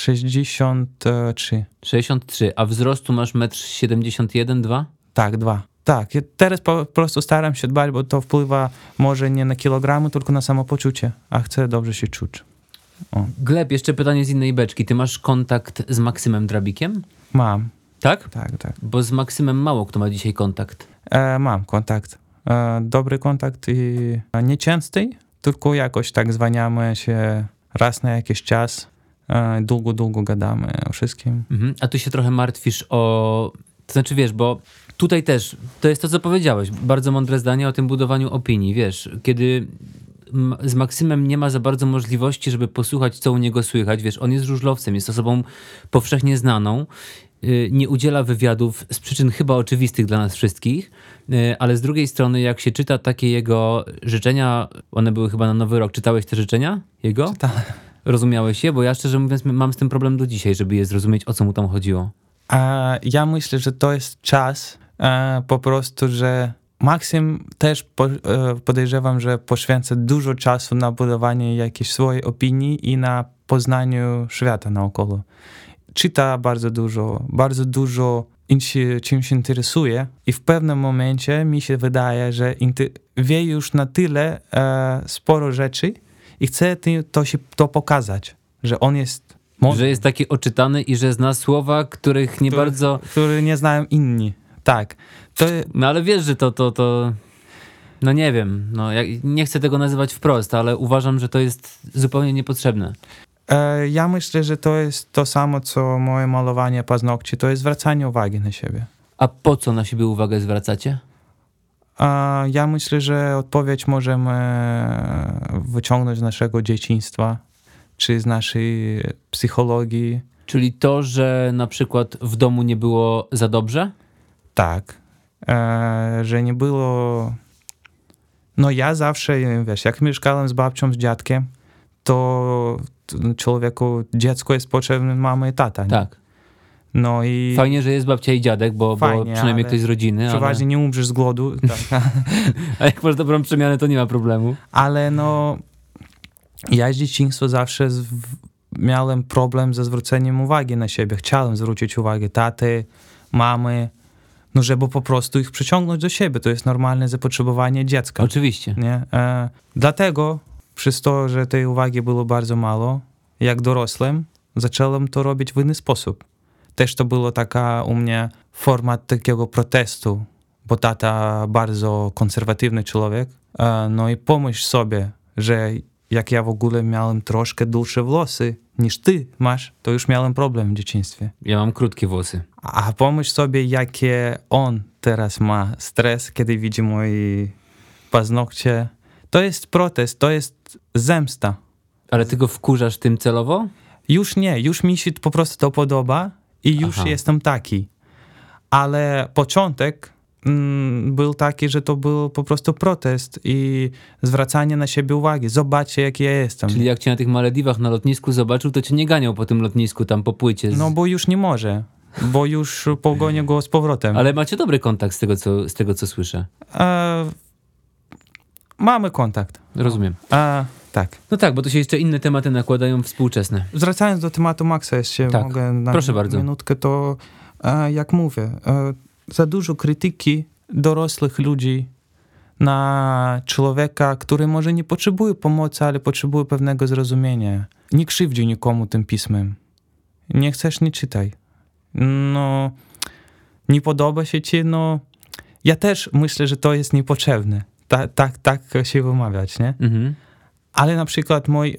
63. 63. A wzrostu masz 1,71 m, 2? Tak, 2. Tak, ja teraz po prostu staram się dbać, bo to wpływa może nie na kilogramy, tylko na samopoczucie, a chcę dobrze się czuć. Gleb, jeszcze pytanie z innej beczki. Ty masz kontakt z Maksymem Drabikiem? Mam, Tak? tak. Bo z Maksymem mało kto ma dzisiaj kontakt. Mam kontakt. Dobry kontakt i nieczęsty, tylko jakoś tak zwaniamy się raz na jakiś czas. Długo gadamy o wszystkim. Mhm. A tu się trochę martwisz o... To znaczy, wiesz, bo tutaj też, to jest to, co powiedziałeś, bardzo mądre zdanie o tym budowaniu opinii, wiesz, kiedy z Maksymem nie ma za bardzo możliwości, żeby posłuchać, co u niego słychać, wiesz, on jest żużlowcem, jest osobą powszechnie znaną, nie udziela wywiadów z przyczyn chyba oczywistych dla nas wszystkich, ale z drugiej strony, jak się czyta takie jego życzenia, one były chyba na Nowy Rok, czytałeś te życzenia jego? Czytałem. Rozumiałeś je? Bo ja szczerze mówiąc mam z tym problem do dzisiaj, żeby je zrozumieć, o co mu tam chodziło. Ja myślę, że to jest czas po prostu, że Maksym też podejrzewam, że poświęca dużo czasu na budowanie jakiejś swojej opinii i na poznaniu świata naokoło. Czyta bardzo dużo czym się interesuje i w pewnym momencie mi się wydaje, że wie już na tyle sporo rzeczy i chce to pokazać, że on jest mądry. Że jest taki oczytany i że zna słowa, których nie bardzo... Które nie znają inni. Tak. No ale wiesz, że to... No nie wiem, no ja nie chcę tego nazywać wprost, ale uważam, że to jest zupełnie niepotrzebne. Ja myślę, że to jest to samo, co moje malowanie paznokci. To jest zwracanie uwagi na siebie. A po co na siebie uwagę zwracacie? Ja myślę, że odpowiedź możemy wyciągnąć z naszego dzieciństwa, czy z naszej psychologii. Czyli to, że na przykład w domu nie było za dobrze? Tak. Że nie było... No ja zawsze, wiesz, jak mieszkałem z babcią, z dziadkiem, to dziecko jest potrzebne mamy i tata. Nie? Tak. No i... Fajnie, że jest babcia i dziadek, bo przynajmniej ktoś z rodziny. Przeważnie nie umrzesz z głodu. Tak. A jak masz dobrą przemianę, to nie ma problemu. Ale no... Ja z dzieciństwa zawsze miałem problem ze zwróceniem uwagi na siebie. Chciałem zwrócić uwagę taty, mamy, no żeby po prostu ich przyciągnąć do siebie. To jest normalne zapotrzebowanie dziecka. Oczywiście. Nie? Dlatego, przez to, że tej uwagi było bardzo mało, jak dorosłym, zacząłem to robić w inny sposób. Też to było taka u mnie forma takiego protestu, bo tata bardzo konserwatywny człowiek. No i pomyśl sobie, że jak ja w ogóle miałem troszkę dłuższe włosy niż ty masz, to już miałem problem w dzieciństwie. Ja mam krótkie włosy. A pomyśl sobie, jakie on teraz ma stres, kiedy widzi moje paznokcie. To jest protest, to jest zemsta. Ale ty go wkurzasz tym celowo? Już nie, już mi się po prostu to podoba i już jestem taki. Ale początek był taki, że to był po prostu protest i zwracanie na siebie uwagi. Zobaczcie, jaki ja jestem. Czyli jak cię na tych Malediwach na lotnisku zobaczył, to cię nie ganiał po tym lotnisku, tam po płycie. No bo już nie może, bo już pogonię go z powrotem. Ale macie dobry kontakt z tego, co słyszę. Mamy kontakt. Rozumiem. Tak. No tak, bo tu się jeszcze inne tematy nakładają współczesne. Wracając do tematu Maxa, jeszcze Tak, mogę na proszę bardzo. minutkę, to jak mówię, za dużo krytyki dorosłych ludzi na człowieka, który może nie potrzebuje pomocy, ale potrzebuje pewnego zrozumienia. Nie krzywdzi nikomu tym pismem. Nie chcesz, nie czytaj. No, nie podoba się ci, no... Ja też myślę, że to jest niepotrzebne. Tak się wymawiać, nie? Mhm. Ale na przykład mój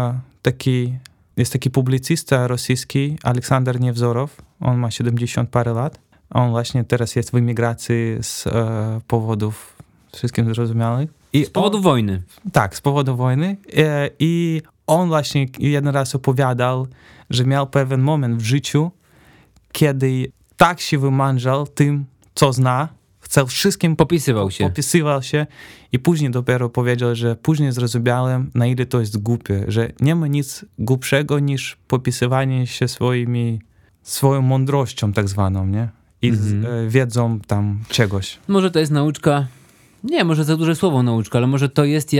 jest taki publicysta rosyjski, Aleksander Niewzorow. On ma 70 parę lat. On właśnie teraz jest w emigracji z powodów wszystkim zrozumiałych. Z powodu wojny. Tak, z powodu wojny. I on właśnie jeden raz opowiadał, że miał pewien moment w życiu, kiedy tak się wymądrzał tym, co zna, chciał wszystkim Popisywał się. I później dopiero powiedział, że później zrozumiałem, na ile to jest głupie, że nie ma nic głupszego niż popisywanie się swoją mądrością tak zwaną, nie? I wiedzą tam czegoś. Może to jest nauczka, nie, może za duże słowo nauczka, ale może to jest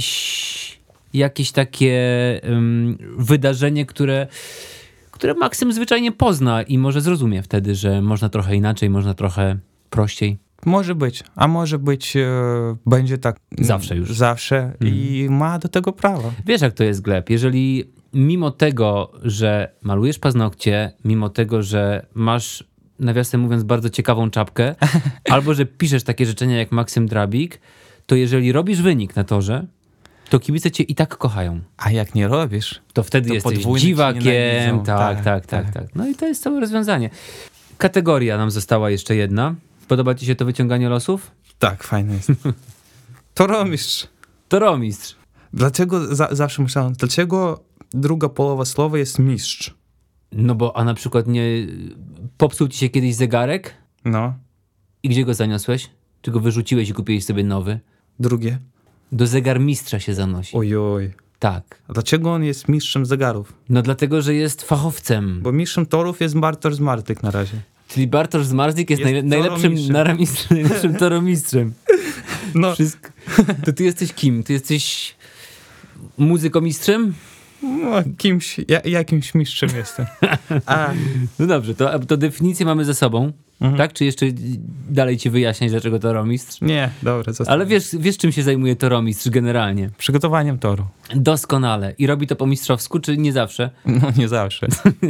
jakieś takie wydarzenie, które Maksym zwyczajnie pozna i może zrozumie wtedy, że można trochę inaczej, można trochę prościej. Może być, a może być będzie tak Zawsze już. Zawsze i ma do tego prawo. Wiesz, jak to jest, Gleb, jeżeli mimo tego, że malujesz paznokcie, mimo tego, że masz, nawiasem mówiąc, bardzo ciekawą czapkę, albo że piszesz takie życzenia jak Maksym Drabik, to jeżeli robisz wynik na torze, to kibice cię i tak kochają. A jak nie robisz, To wtedy to jesteś podwójnie cię dziwakiem. nienawidzą. Tak. No i to jest całe rozwiązanie. Kategoria nam została jeszcze jedna. Podoba ci się to wyciąganie losów? Tak, fajne jest. Toromistrz. Toromistrz. Dlaczego, zawsze myślałem, dlaczego druga połowa słowa jest mistrz? No bo, a na przykład nie popsuł ci się kiedyś zegarek No, i gdzie go zaniosłeś? Czy go wyrzuciłeś i kupiłeś sobie nowy? drugie. Do zegarmistrza się zanosi. Ojoj. Tak. A dlaczego on jest mistrzem zegarów? No dlatego, że jest fachowcem. Bo mistrzem torów jest Bartosz Zmartyk na razie. Czyli Bartosz Zmarzlik jest, Jest najlepszym toromistrzem. najlepszym toromistrzem. No, To ty jesteś kim? Ty jesteś muzykomistrzem? no jakimś mistrzem jestem. No dobrze, to definicję mamy ze sobą, tak? Czy jeszcze dalej ci wyjaśniać, dlaczego toromistrz? Nie, dobra, zostaw. Ale wiesz, czym się zajmuje toromistrz generalnie? Przygotowaniem toru. Doskonale. I robi to po mistrzowsku, czy nie zawsze? No, nie zawsze.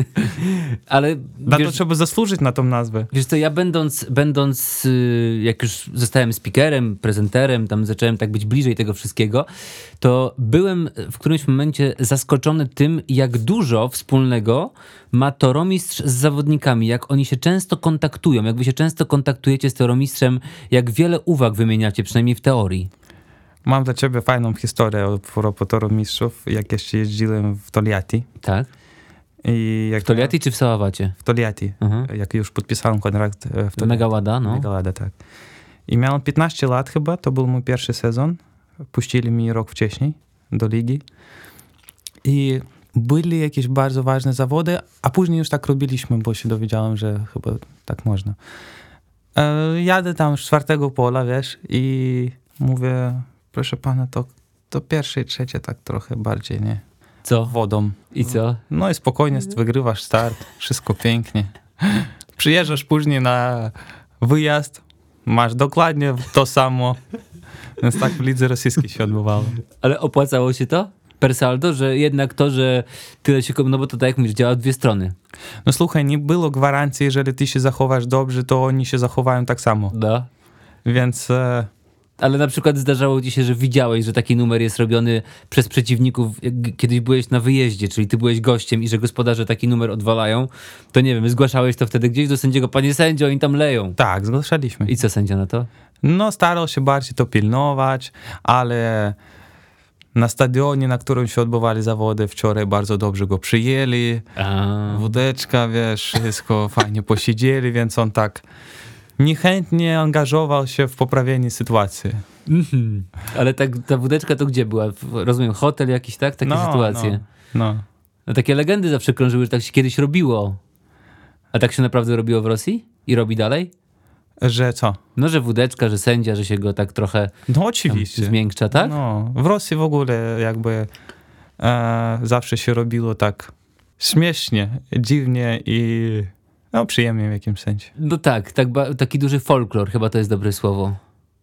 Ale Na to trzeba zasłużyć na tą nazwę. wiesz co, ja będąc jak już zostałem speakerem, prezenterem, tam zacząłem tak być bliżej tego wszystkiego, to byłem w którymś momencie zaskoczony tym, jak dużo wspólnego ma toromistrz z zawodnikami, jak oni się często kontaktują, jak wy się często kontaktujecie z toromistrzem, jak wiele uwag wymieniacie, przynajmniej w teorii. Mam dla ciebie fajną historię propos toromistrzów, jak jeszcze jeździłem w Toliati. Tak? W Toliati czy w Saławacie? W Toliati, jak już podpisałem kontrakt w Toliati. Megałada, no. Megałada, tak. I miałem 15 lat chyba, to był mój pierwszy sezon. Puścili mnie rok wcześniej do ligi. I byli jakieś bardzo ważne zawody, a później już tak robiliśmy, bo się dowiedziałem, że chyba tak można. Jadę tam z 4. pola, wiesz, i mówię, proszę pana, to pierwsze i trzecie tak trochę bardziej, nie? Co? Wodą. I co? No i spokojnie wygrywasz start, wszystko pięknie. Przyjeżdżasz później na wyjazd, masz dokładnie to samo. Więc tak w lidze rosyjskiej się odbywało. Ale opłacało się to? Per saldo, że jednak to, że tyle się... No bo to tak jak mówisz, działa w dwie strony. No słuchaj, nie było gwarancji, jeżeli ty się zachowasz dobrze, to oni się zachowają tak samo. No. Więc... Ale na przykład zdarzało ci się, że widziałeś, że taki numer jest robiony przez przeciwników, jak kiedyś byłeś na wyjeździe, czyli ty byłeś gościem i że gospodarze taki numer odwalają, to nie wiem, zgłaszałeś to wtedy gdzieś do sędziego, panie sędzio, oni tam leją. Tak, zgłaszaliśmy. I co sędzia na to? No starał się bardziej to pilnować, ale na stadionie, na którym się odbywali zawody, wczoraj bardzo dobrze go przyjęli. Wódeczka, wiesz, wszystko fajnie posiedzieli, więc on tak niechętnie angażował się w poprawienie sytuacji. Ale tak, ta wódeczka to gdzie była? Rozumiem, hotel jakiś, tak? Takie sytuacje. No. No takie legendy zawsze krążyły, że tak się kiedyś robiło. A tak się naprawdę robiło w Rosji? I robi dalej? Że co? No, że wódeczka, że sędzia, że się go tak trochę No tam oczywiście. zmiękcza, tak? No, w Rosji w ogóle jakby zawsze się robiło tak śmiesznie, dziwnie i no przyjemnie w jakimś sensie. No tak, taki duży folklor, chyba to jest dobre słowo.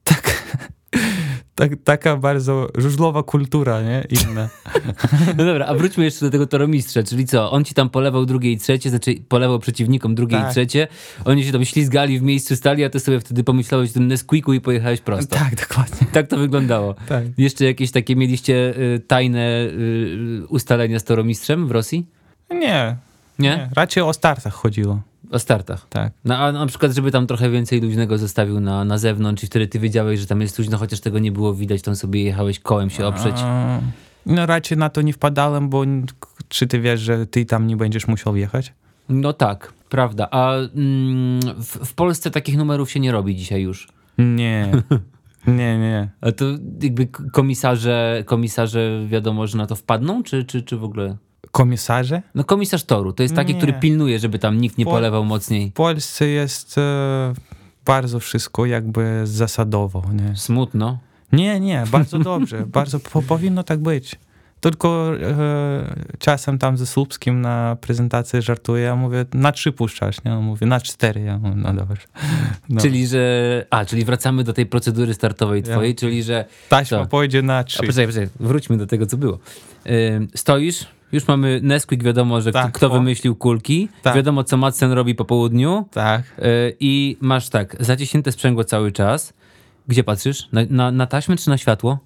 Taka bardzo żużlowa kultura, nie? Inna. No dobra, a wróćmy jeszcze do tego toromistrza, czyli co? On ci tam polewał drugie i trzecie, znaczy polewał przeciwnikom drugie Tak. i trzecie, oni się tam ślizgali w miejscu stali, a ty sobie wtedy pomyślałeś o tym Nesquiku i pojechałeś prosto. Tak, dokładnie. Tak to wyglądało. Tak. Jeszcze jakieś takie mieliście tajne ustalenia z toromistrzem w Rosji? Nie, Nie? raczej o startach chodziło. O startach. Tak. No, a na przykład, żeby tam trochę więcej luźnego zostawił na zewnątrz i wtedy ty wiedziałeś, że tam jest luźno, chociaż tego nie było widać, tam sobie jechałeś kołem się oprzeć. No raczej na to nie wpadałem, bo czy ty wiesz, że ty tam nie będziesz musiał jechać? No tak, prawda. A w Polsce takich numerów się nie robi dzisiaj już. Nie, nie. A to jakby komisarze wiadomo, że na to wpadną, czy w ogóle? Komisarze? No komisarz toru, to jest taki, Nie. który pilnuje, żeby tam nikt nie polewał mocniej. W Polsce jest bardzo wszystko jakby zasadowo, nie? Smutno. Nie, bardzo dobrze, bardzo powinno tak być. Tylko czasem tam ze Słupskim na prezentacji żartuję, ja mówię, na 3 puszczasz, nie? On mówi, na 4, ja mówię, no dobrze. No. Czyli wracamy do tej procedury startowej twojej, czyli że... Taśma co? pójdzie na 3. Poczekaj, wróćmy do tego, co było. Stoisz, już mamy Nesquik, wiadomo, że Tak, kto wymyślił kulki, Tak. wiadomo, co Madsen robi po południu Tak. i masz tak, zaciśnięte sprzęgło cały czas. Gdzie patrzysz? Na taśmę czy na światło?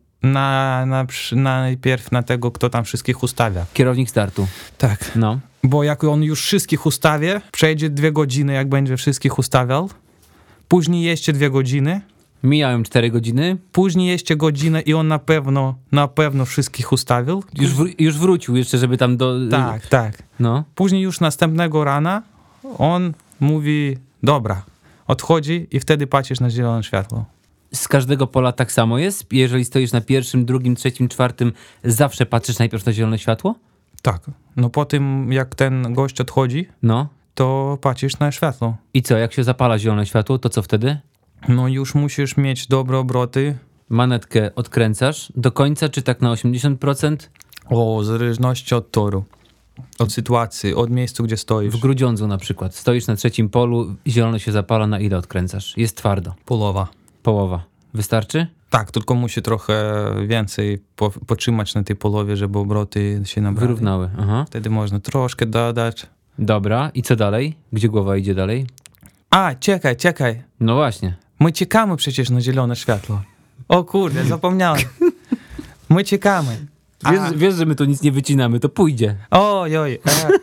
Najpierw na tego, kto tam wszystkich ustawia. Kierownik startu. Tak. No. Bo jak on już wszystkich ustawie, przejdzie 2 godziny, jak będzie wszystkich ustawiał, później jeszcze 2 godziny, Mijają 4 godziny. później jeszcze godzinę i on na pewno wszystkich ustawił. Już wrócił jeszcze, żeby tam Tak. No. Później już następnego rana on mówi, dobra, odchodzi i wtedy patrzysz na zielone światło. Z każdego pola tak samo jest? Jeżeli stoisz na pierwszym, drugim, trzecim, czwartym, zawsze patrzysz najpierw na zielone światło? Tak. No po tym, jak ten gość odchodzi, No. to patrzysz na światło. I co, jak się zapala zielone światło, to co wtedy? No już musisz mieć dobre obroty. Manetkę odkręcasz do końca, czy tak na 80%? W zależności od toru, od sytuacji, od miejsca, gdzie stoisz. W Grudziądzu na przykład. Stoisz na trzecim polu, zielono się zapala, na ile odkręcasz? Jest twardo. Połowa. Połowa. Wystarczy? Tak, tylko musi trochę więcej potrzymać na tej połowie, żeby obroty się nabrali. Wyrównały. Aha. Wtedy można troszkę dodać. Dobra. I co dalej? Gdzie głowa idzie dalej? A, czekaj. No właśnie. My czekamy przecież na zielone światło. O kurde, zapomniałem. My czekamy. Wiesz, że my tu nic nie wycinamy, to pójdzie. Oj.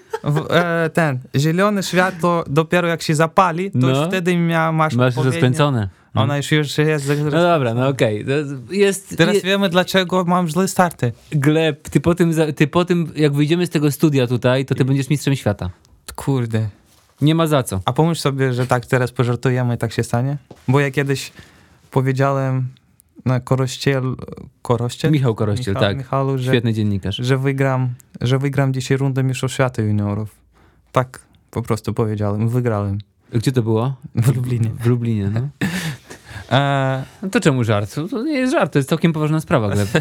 Ten zielone światło dopiero jak się zapali, to No. już wtedy masz Masz odpowiednio. rozkręcone. Ona już jest. No dobra, no okej. Teraz wiemy, dlaczego mam źle starty. Gleb, ty po tym, jak wyjdziemy z tego studia tutaj, to ty będziesz mistrzem świata. Kurde. Nie ma za co. A pomyśl sobie, że tak teraz pożartujemy i tak się stanie? Bo ja kiedyś powiedziałem na Korościel? Michał Korościel, tak. Michalu, Świetny dziennikarz. że wygram dzisiaj rundę Mistrzostw Świata juniorów. Tak po prostu powiedziałem. Wygrałem. Gdzie to było? W Lublinie. W Lublinie, no. No to czemu żart? To nie jest żart, to jest całkiem poważna sprawa, Gleb.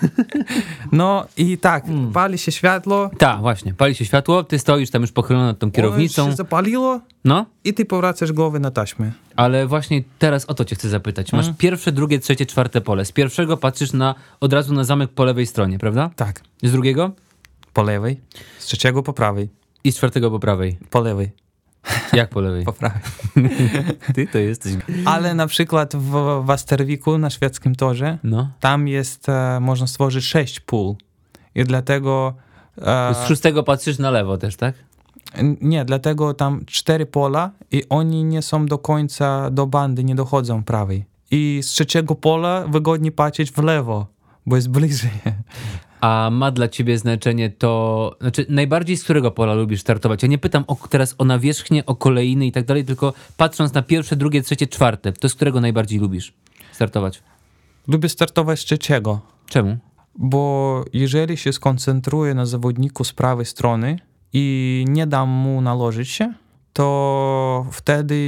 No i tak, pali się światło. Tak, właśnie. Pali się światło, ty stoisz tam już pochylony nad tą kierownicą. Ono się zapaliło No, i ty powracasz głowę na taśmę. ale właśnie teraz o to cię chcę zapytać. Masz pierwsze, drugie, trzecie, czwarte pole. Z pierwszego patrzysz od razu na zamek po lewej stronie, prawda? Tak. Z drugiego? Po lewej. Z trzeciego po prawej. I z czwartego po prawej. Po lewej. Jak po lewej? Po prawej. Ty to jesteś... Ale na przykład w Wasterwiku na szwedzkim torze No. tam jest, można stworzyć 6 pól. I dlatego... Z szóstego patrzysz na lewo też, tak? Nie, dlatego tam 4 pola i oni nie są do końca do bandy, nie dochodzą prawej. I z trzeciego pola wygodniej patrzeć w lewo, bo jest bliżej. A ma dla ciebie znaczenie to... Znaczy, najbardziej z którego pola lubisz startować? Ja nie pytam teraz o nawierzchnię, o kolejny i tak dalej, tylko patrząc na pierwsze, drugie, trzecie, czwarte, to z którego najbardziej lubisz startować? Lubię startować z trzeciego, Czemu? bo jeżeli się skoncentruję na zawodniku z prawej strony i nie dam mu nałożyć się, to wtedy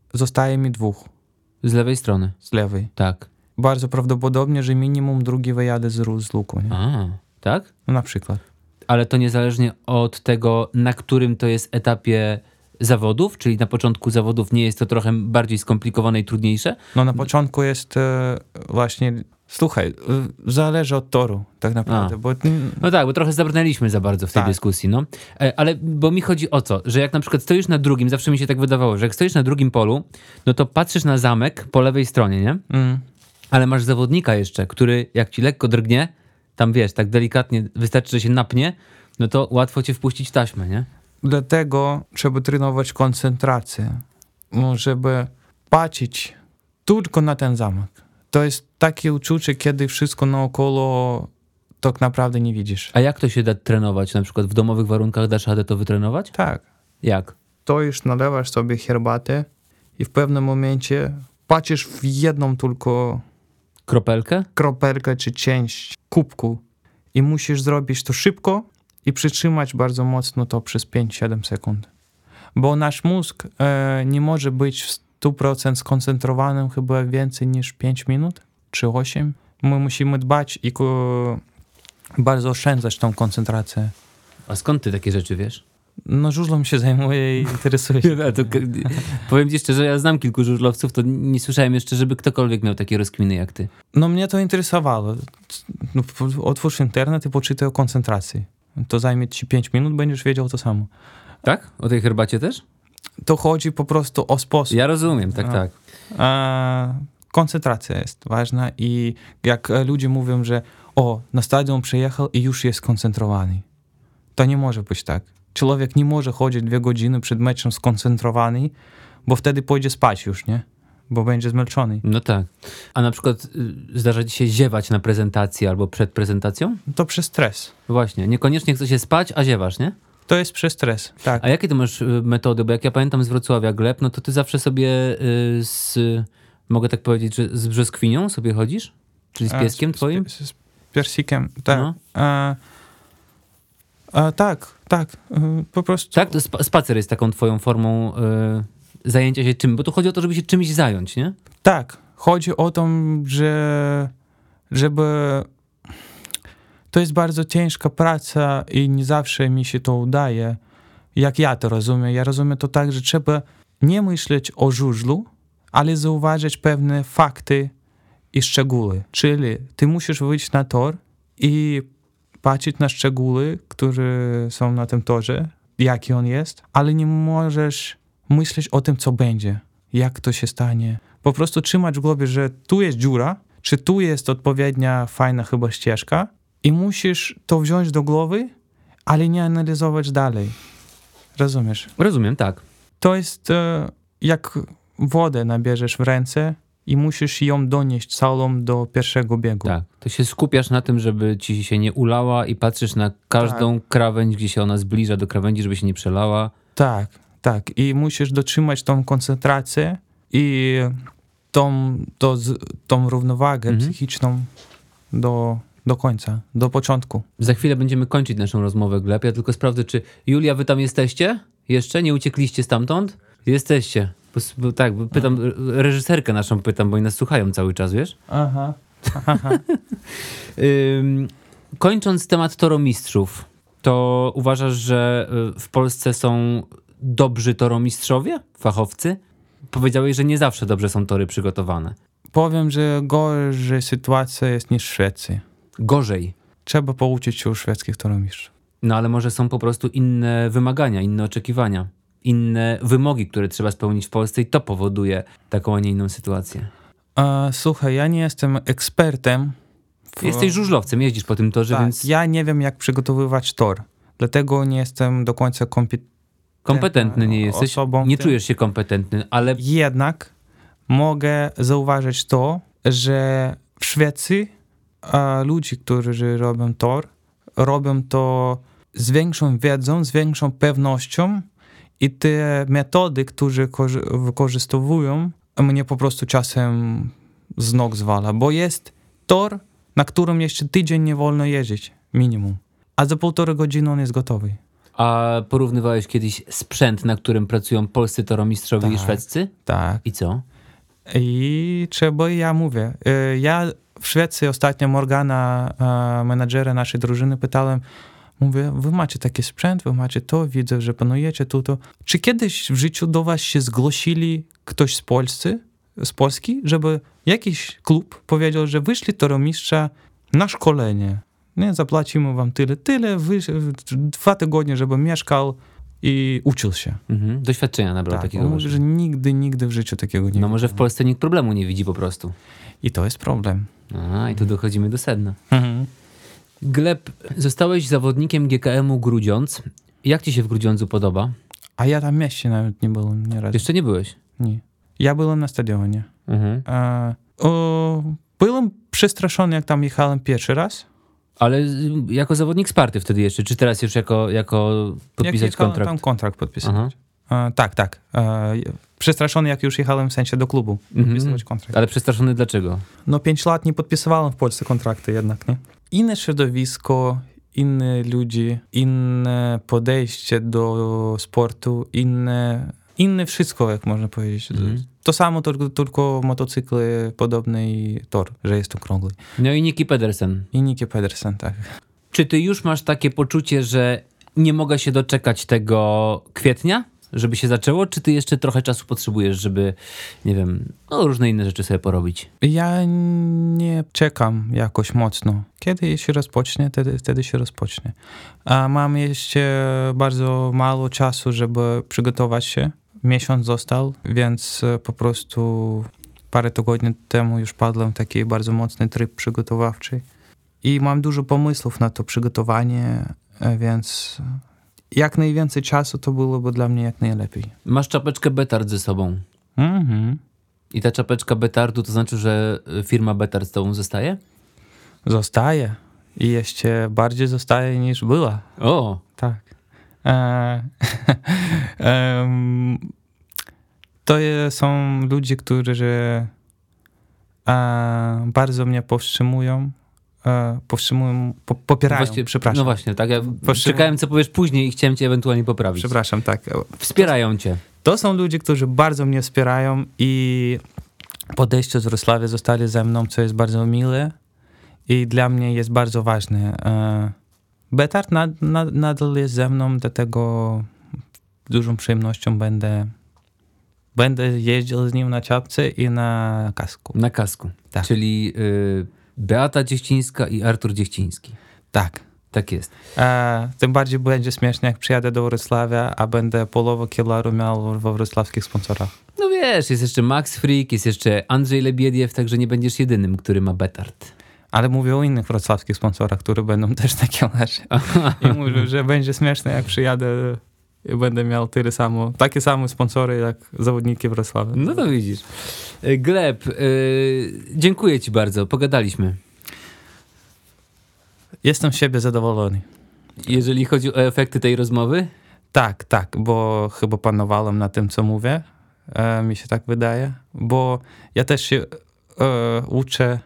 zostaje mi 2 Z lewej strony. z lewej. Tak. Bardzo prawdopodobnie, że minimum drugi wyjadę z luku. Nie? A, tak? No, na przykład. Ale to niezależnie od tego, na którym to jest etapie zawodów, czyli na początku zawodów nie jest to trochę bardziej skomplikowane i trudniejsze? No na początku jest właśnie, słuchaj, zależy od toru tak naprawdę, bo No tak, bo trochę zabrnęliśmy za bardzo w tej Tak. dyskusji, no. Ale bo mi chodzi o to, że jak na przykład stoisz na drugim, zawsze mi się tak wydawało, że jak stoisz na drugim polu, no to patrzysz na zamek po lewej stronie, nie? Ale masz zawodnika jeszcze, który jak ci lekko drgnie, tam wiesz, tak delikatnie, wystarczy, że się napnie, no to łatwo cię wpuścić w taśmę, nie? dlatego trzeba trenować koncentrację, no, żeby patrzeć tylko na ten zamek. To jest takie uczucie, kiedy wszystko naokoło tak naprawdę nie widzisz. A jak to się da trenować? Na przykład w domowych warunkach dasz radę to wytrenować? Tak. Jak? To już nalewasz sobie herbatę i w pewnym momencie patrzysz w jedną tylko Kropelkę? kropelkę czy część kubku i musisz zrobić to szybko i przytrzymać bardzo mocno to przez 5-7 sekund. Bo nasz mózg nie może być w 100% skoncentrowanym chyba więcej niż 5 minut czy 8. My musimy dbać i bardzo oszczędzać tą koncentrację. A skąd ty takie rzeczy wiesz? No żużlem się zajmuję i interesuję się. Powiem ci szczerze, ja znam kilku żużlowców, to nie słyszałem jeszcze, żeby ktokolwiek miał takie rozkminy jak ty. No mnie to interesowało. No, otwórz internet i poczytaj o koncentracji. To zajmie ci 5 minut, będziesz wiedział to samo. Tak? O tej herbacie też? To chodzi po prostu o sposób. Ja rozumiem, tak, No. tak. Koncentracja jest ważna i jak ludzie mówią, że na stadion przyjechał i już jest skoncentrowany. To nie może być tak. Człowiek nie może chodzić 2 godziny przed meczem skoncentrowany, bo wtedy pójdzie spać już, nie? Bo będzie zmęczony. No tak. A na przykład zdarza ci się ziewać na prezentacji albo przed prezentacją? To przez stres. Właśnie, niekoniecznie chce się spać, a ziewasz, nie? To jest przez stres, tak. A jakie ty masz metody? Bo jak ja pamiętam z Wrocławia Gleb, no to ty zawsze sobie mogę tak powiedzieć, że z brzoskwinią sobie chodzisz? Czyli z pieskiem twoim? Z persikiem, tak. No. Tak, po prostu. Tak? To spacer jest taką twoją formą zajęcia się czym? Bo tu chodzi o to, żeby się czymś zająć, nie? Tak, chodzi o to, żeby... To jest bardzo ciężka praca i nie zawsze mi się to udaje, jak ja to rozumiem. Ja rozumiem to tak, że trzeba nie myśleć o żużlu, ale zauważyć pewne fakty i szczegóły. Czyli ty musisz wyjść na tor i patrzeć na szczegóły, które są na tym torze, jaki on jest, ale nie możesz myśleć o tym, co będzie, jak to się stanie. Po prostu trzymać w głowie, że tu jest dziura, czy tu jest odpowiednia, fajna chyba ścieżka i musisz to wziąć do głowy, ale nie analizować dalej. Rozumiesz? Rozumiem, tak. To jest jak wodę nabierzesz w ręce i musisz ją donieść całą do pierwszego biegu. Tak. To się skupiasz na tym, żeby ci się nie ulała i patrzysz na każdą krawędź, gdzie się ona zbliża do krawędzi, żeby się nie przelała. Tak. I musisz dotrzymać tą koncentrację i tą równowagę psychiczną do końca, do początku. Za chwilę będziemy kończyć naszą rozmowę, Gleb. Ja tylko sprawdzę, czy Julia, wy tam jesteście? Jeszcze? Nie uciekliście stamtąd? Jesteście. Bo pytam, reżyserkę naszą pytam, bo oni nas słuchają cały czas, wiesz? Aha. Kończąc temat toromistrzów, to uważasz, że w Polsce są dobrzy toromistrzowie, fachowcy? Powiedziałeś, że nie zawsze dobrze są tory przygotowane. Powiem, że gorzej sytuacja jest niż w Szwecji. Gorzej. Trzeba pouczyć się u szwedzkich toromistrzów. No ale może są po prostu inne wymagania, inne oczekiwania, inne wymogi, które trzeba spełnić w Polsce i to powoduje taką, a nie inną sytuację. Słuchaj, ja nie jestem ekspertem. Jesteś żużlowcem, jeździsz po tym torze, Tak, więc... ja nie wiem, jak przygotowywać tor. Dlatego nie jestem do końca Kompetentny nie jesteś, osobą nie w tym. czujesz się kompetentny, ale Jednak mogę zauważyć to, że w Szwecji ludzie, którzy robią to z większą wiedzą, z większą pewnością i te metody, które wykorzystują, mnie po prostu czasem z nóg zwala, bo jest tor, na którym jeszcze tydzień nie wolno jeździć, minimum, a za 1,5 godziny on jest gotowy. A porównywałeś kiedyś sprzęt, na którym pracują polscy toromistrzowie i szwedzcy? Tak. I co? I trzeba, ja mówię, ja w Szwecji ostatnio Morgana, menadżera naszej drużyny, pytałem, mówię, wy macie taki sprzęt, wy macie to, widzę, że panujecie tu, to. Czy kiedyś w życiu do was się zgłosili ktoś z Polski, żeby jakiś klub powiedział, że wyszli toromistrza na szkolenie, nie, zapłacimy wam tyle, 2 tygodnie, żeby mieszkał i uczył się. Doświadczenia nabrał Tak, takiego. on mówi, że nigdy w życiu takiego nie No może w Polsce nikt problemu nie widzi po prostu. I to jest problem. I tu dochodzimy do sedna. Gleb, zostałeś zawodnikiem GKM-u Grudziądz. Jak ci się w Grudziądzu podoba? A ja tam w mieście nawet nie byłem nie razu. Jeszcze nie byłeś? Nie. Ja byłem na stadionie. Byłem przestraszony, jak tam jechałem pierwszy raz. Ale jako zawodnik Sparty wtedy jeszcze, czy teraz już jako podpisać kontrakt? Tam kontrakt podpisywać. Tak. Przestraszony, jak już jechałem w sensie do klubu podpisywać kontrakt. Ale przestraszony dlaczego? No 5 lat nie podpisywałem w Polsce kontrakty jednak, nie? Inne środowisko, inne ludzie, inne podejście do sportu, inne wszystko, jak można powiedzieć. To samo, tylko motocykle, podobny tor, że jest okrągły. No i Nicky Pedersen. I Nicky Pedersen, tak. Czy ty już masz takie poczucie, że nie mogę się doczekać tego kwietnia, żeby się zaczęło, czy ty jeszcze trochę czasu potrzebujesz, żeby, nie wiem, różne inne rzeczy sobie porobić? Ja nie czekam jakoś mocno. Kiedy się rozpocznie, wtedy się rozpocznie. A mam jeszcze bardzo mało czasu, żeby przygotować się. Miesiąc został, więc po prostu parę tygodni temu już padłem w taki bardzo mocny tryb przygotowawczy. I mam dużo pomysłów na to przygotowanie, więc jak najwięcej czasu to byłoby dla mnie jak najlepiej. Masz czapeczkę Betard ze sobą. I ta czapeczka Betardu to znaczy, że firma Betard z tobą zostaje? Zostaje. I jeszcze bardziej zostaje niż była. O! Tak. To są ludzie, którzy bardzo mnie popierają, Właściwie, przepraszam. No właśnie, tak. Ja czekałem, co powiesz później i chciałem cię ewentualnie poprawić. Przepraszam, tak. Wspierają cię. To są ludzie, którzy bardzo mnie wspierają i podejście z Wrocławia zostali ze mną, co jest bardzo miłe i dla mnie jest bardzo ważne. Betard nadal jest ze mną, dlatego z dużą przyjemnością będę jeździł z nim na czapce i na kasku. Na kasku. Tak. Czyli Beata Dziechcińska i Artur Dziechciński. Tak. Tak jest. Tym bardziej będzie śmiesznie, jak przyjadę do Wrocławia, a będę połowę kilaru miał we wrocławskich sponsorach. No wiesz, jest jeszcze Max Freak, jest jeszcze Andrzej Lebiediew, także nie będziesz jedynym, który ma Betard. Ale mówię o innych wrocławskich sponsorach, które będą też na kielarze. I mówię, że będzie śmieszne, jak przyjadę i będę miał takie same sponsory, jak zawodniki Wrocławia. No to widzisz. Gleb, dziękuję ci bardzo, pogadaliśmy. Jestem z siebie zadowolony. Jeżeli chodzi o efekty tej rozmowy? Tak, bo chyba panowałem na tym, co mówię. Mi się tak wydaje. Bo ja też się uczę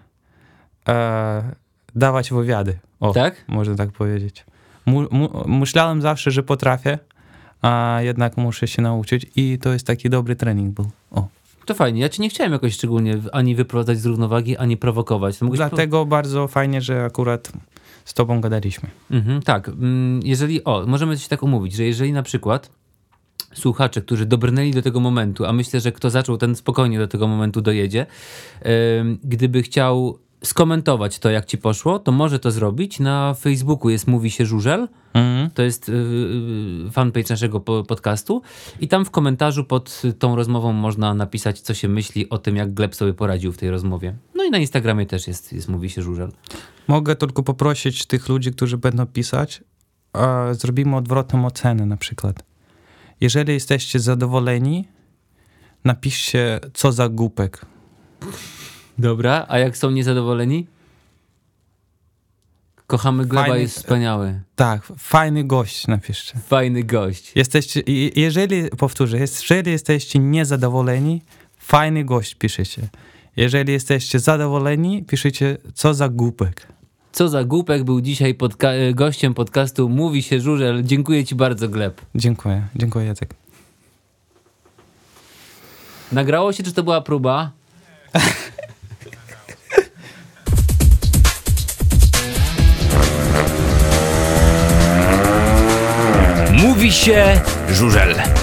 dawać wywiady. Tak? Można tak powiedzieć. Myślałem zawsze, że potrafię, a jednak muszę się nauczyć i to jest taki dobry trening był. To fajnie. Ja cię nie chciałem jakoś szczególnie ani wyprowadzać z równowagi, ani prowokować. Dlatego bardzo fajnie, że akurat z tobą gadaliśmy. Tak. Możemy się tak umówić, że jeżeli na przykład słuchacze, którzy dobrnęli do tego momentu, a myślę, że kto zaczął, ten spokojnie do tego momentu dojedzie, gdyby chciał skomentować to, jak ci poszło, to może to zrobić. Na Facebooku jest Mówi się Żużel. To jest fanpage naszego podcastu i tam w komentarzu pod tą rozmową można napisać, co się myśli o tym, jak Gleb sobie poradził w tej rozmowie. No i na Instagramie też jest Mówi się Żużel. Mogę tylko poprosić tych ludzi, którzy będą pisać, zrobimy odwrotną ocenę na przykład. Jeżeli jesteście zadowoleni, napiszcie, co za głupek. Dobra, a jak są niezadowoleni? Kochamy Gleba, jest wspaniały. Tak, fajny gość napiszcie. Fajny gość. Jeżeli jesteście niezadowoleni, fajny gość piszecie. Jeżeli jesteście zadowoleni, piszecie, co za głupek. Co za głupek był dzisiaj gościem podcastu Mówi się Żużel. Dziękuję ci bardzo, Gleb. Dziękuję Jacek. Nagrało się, czy to była próba? Mówi się Żużel.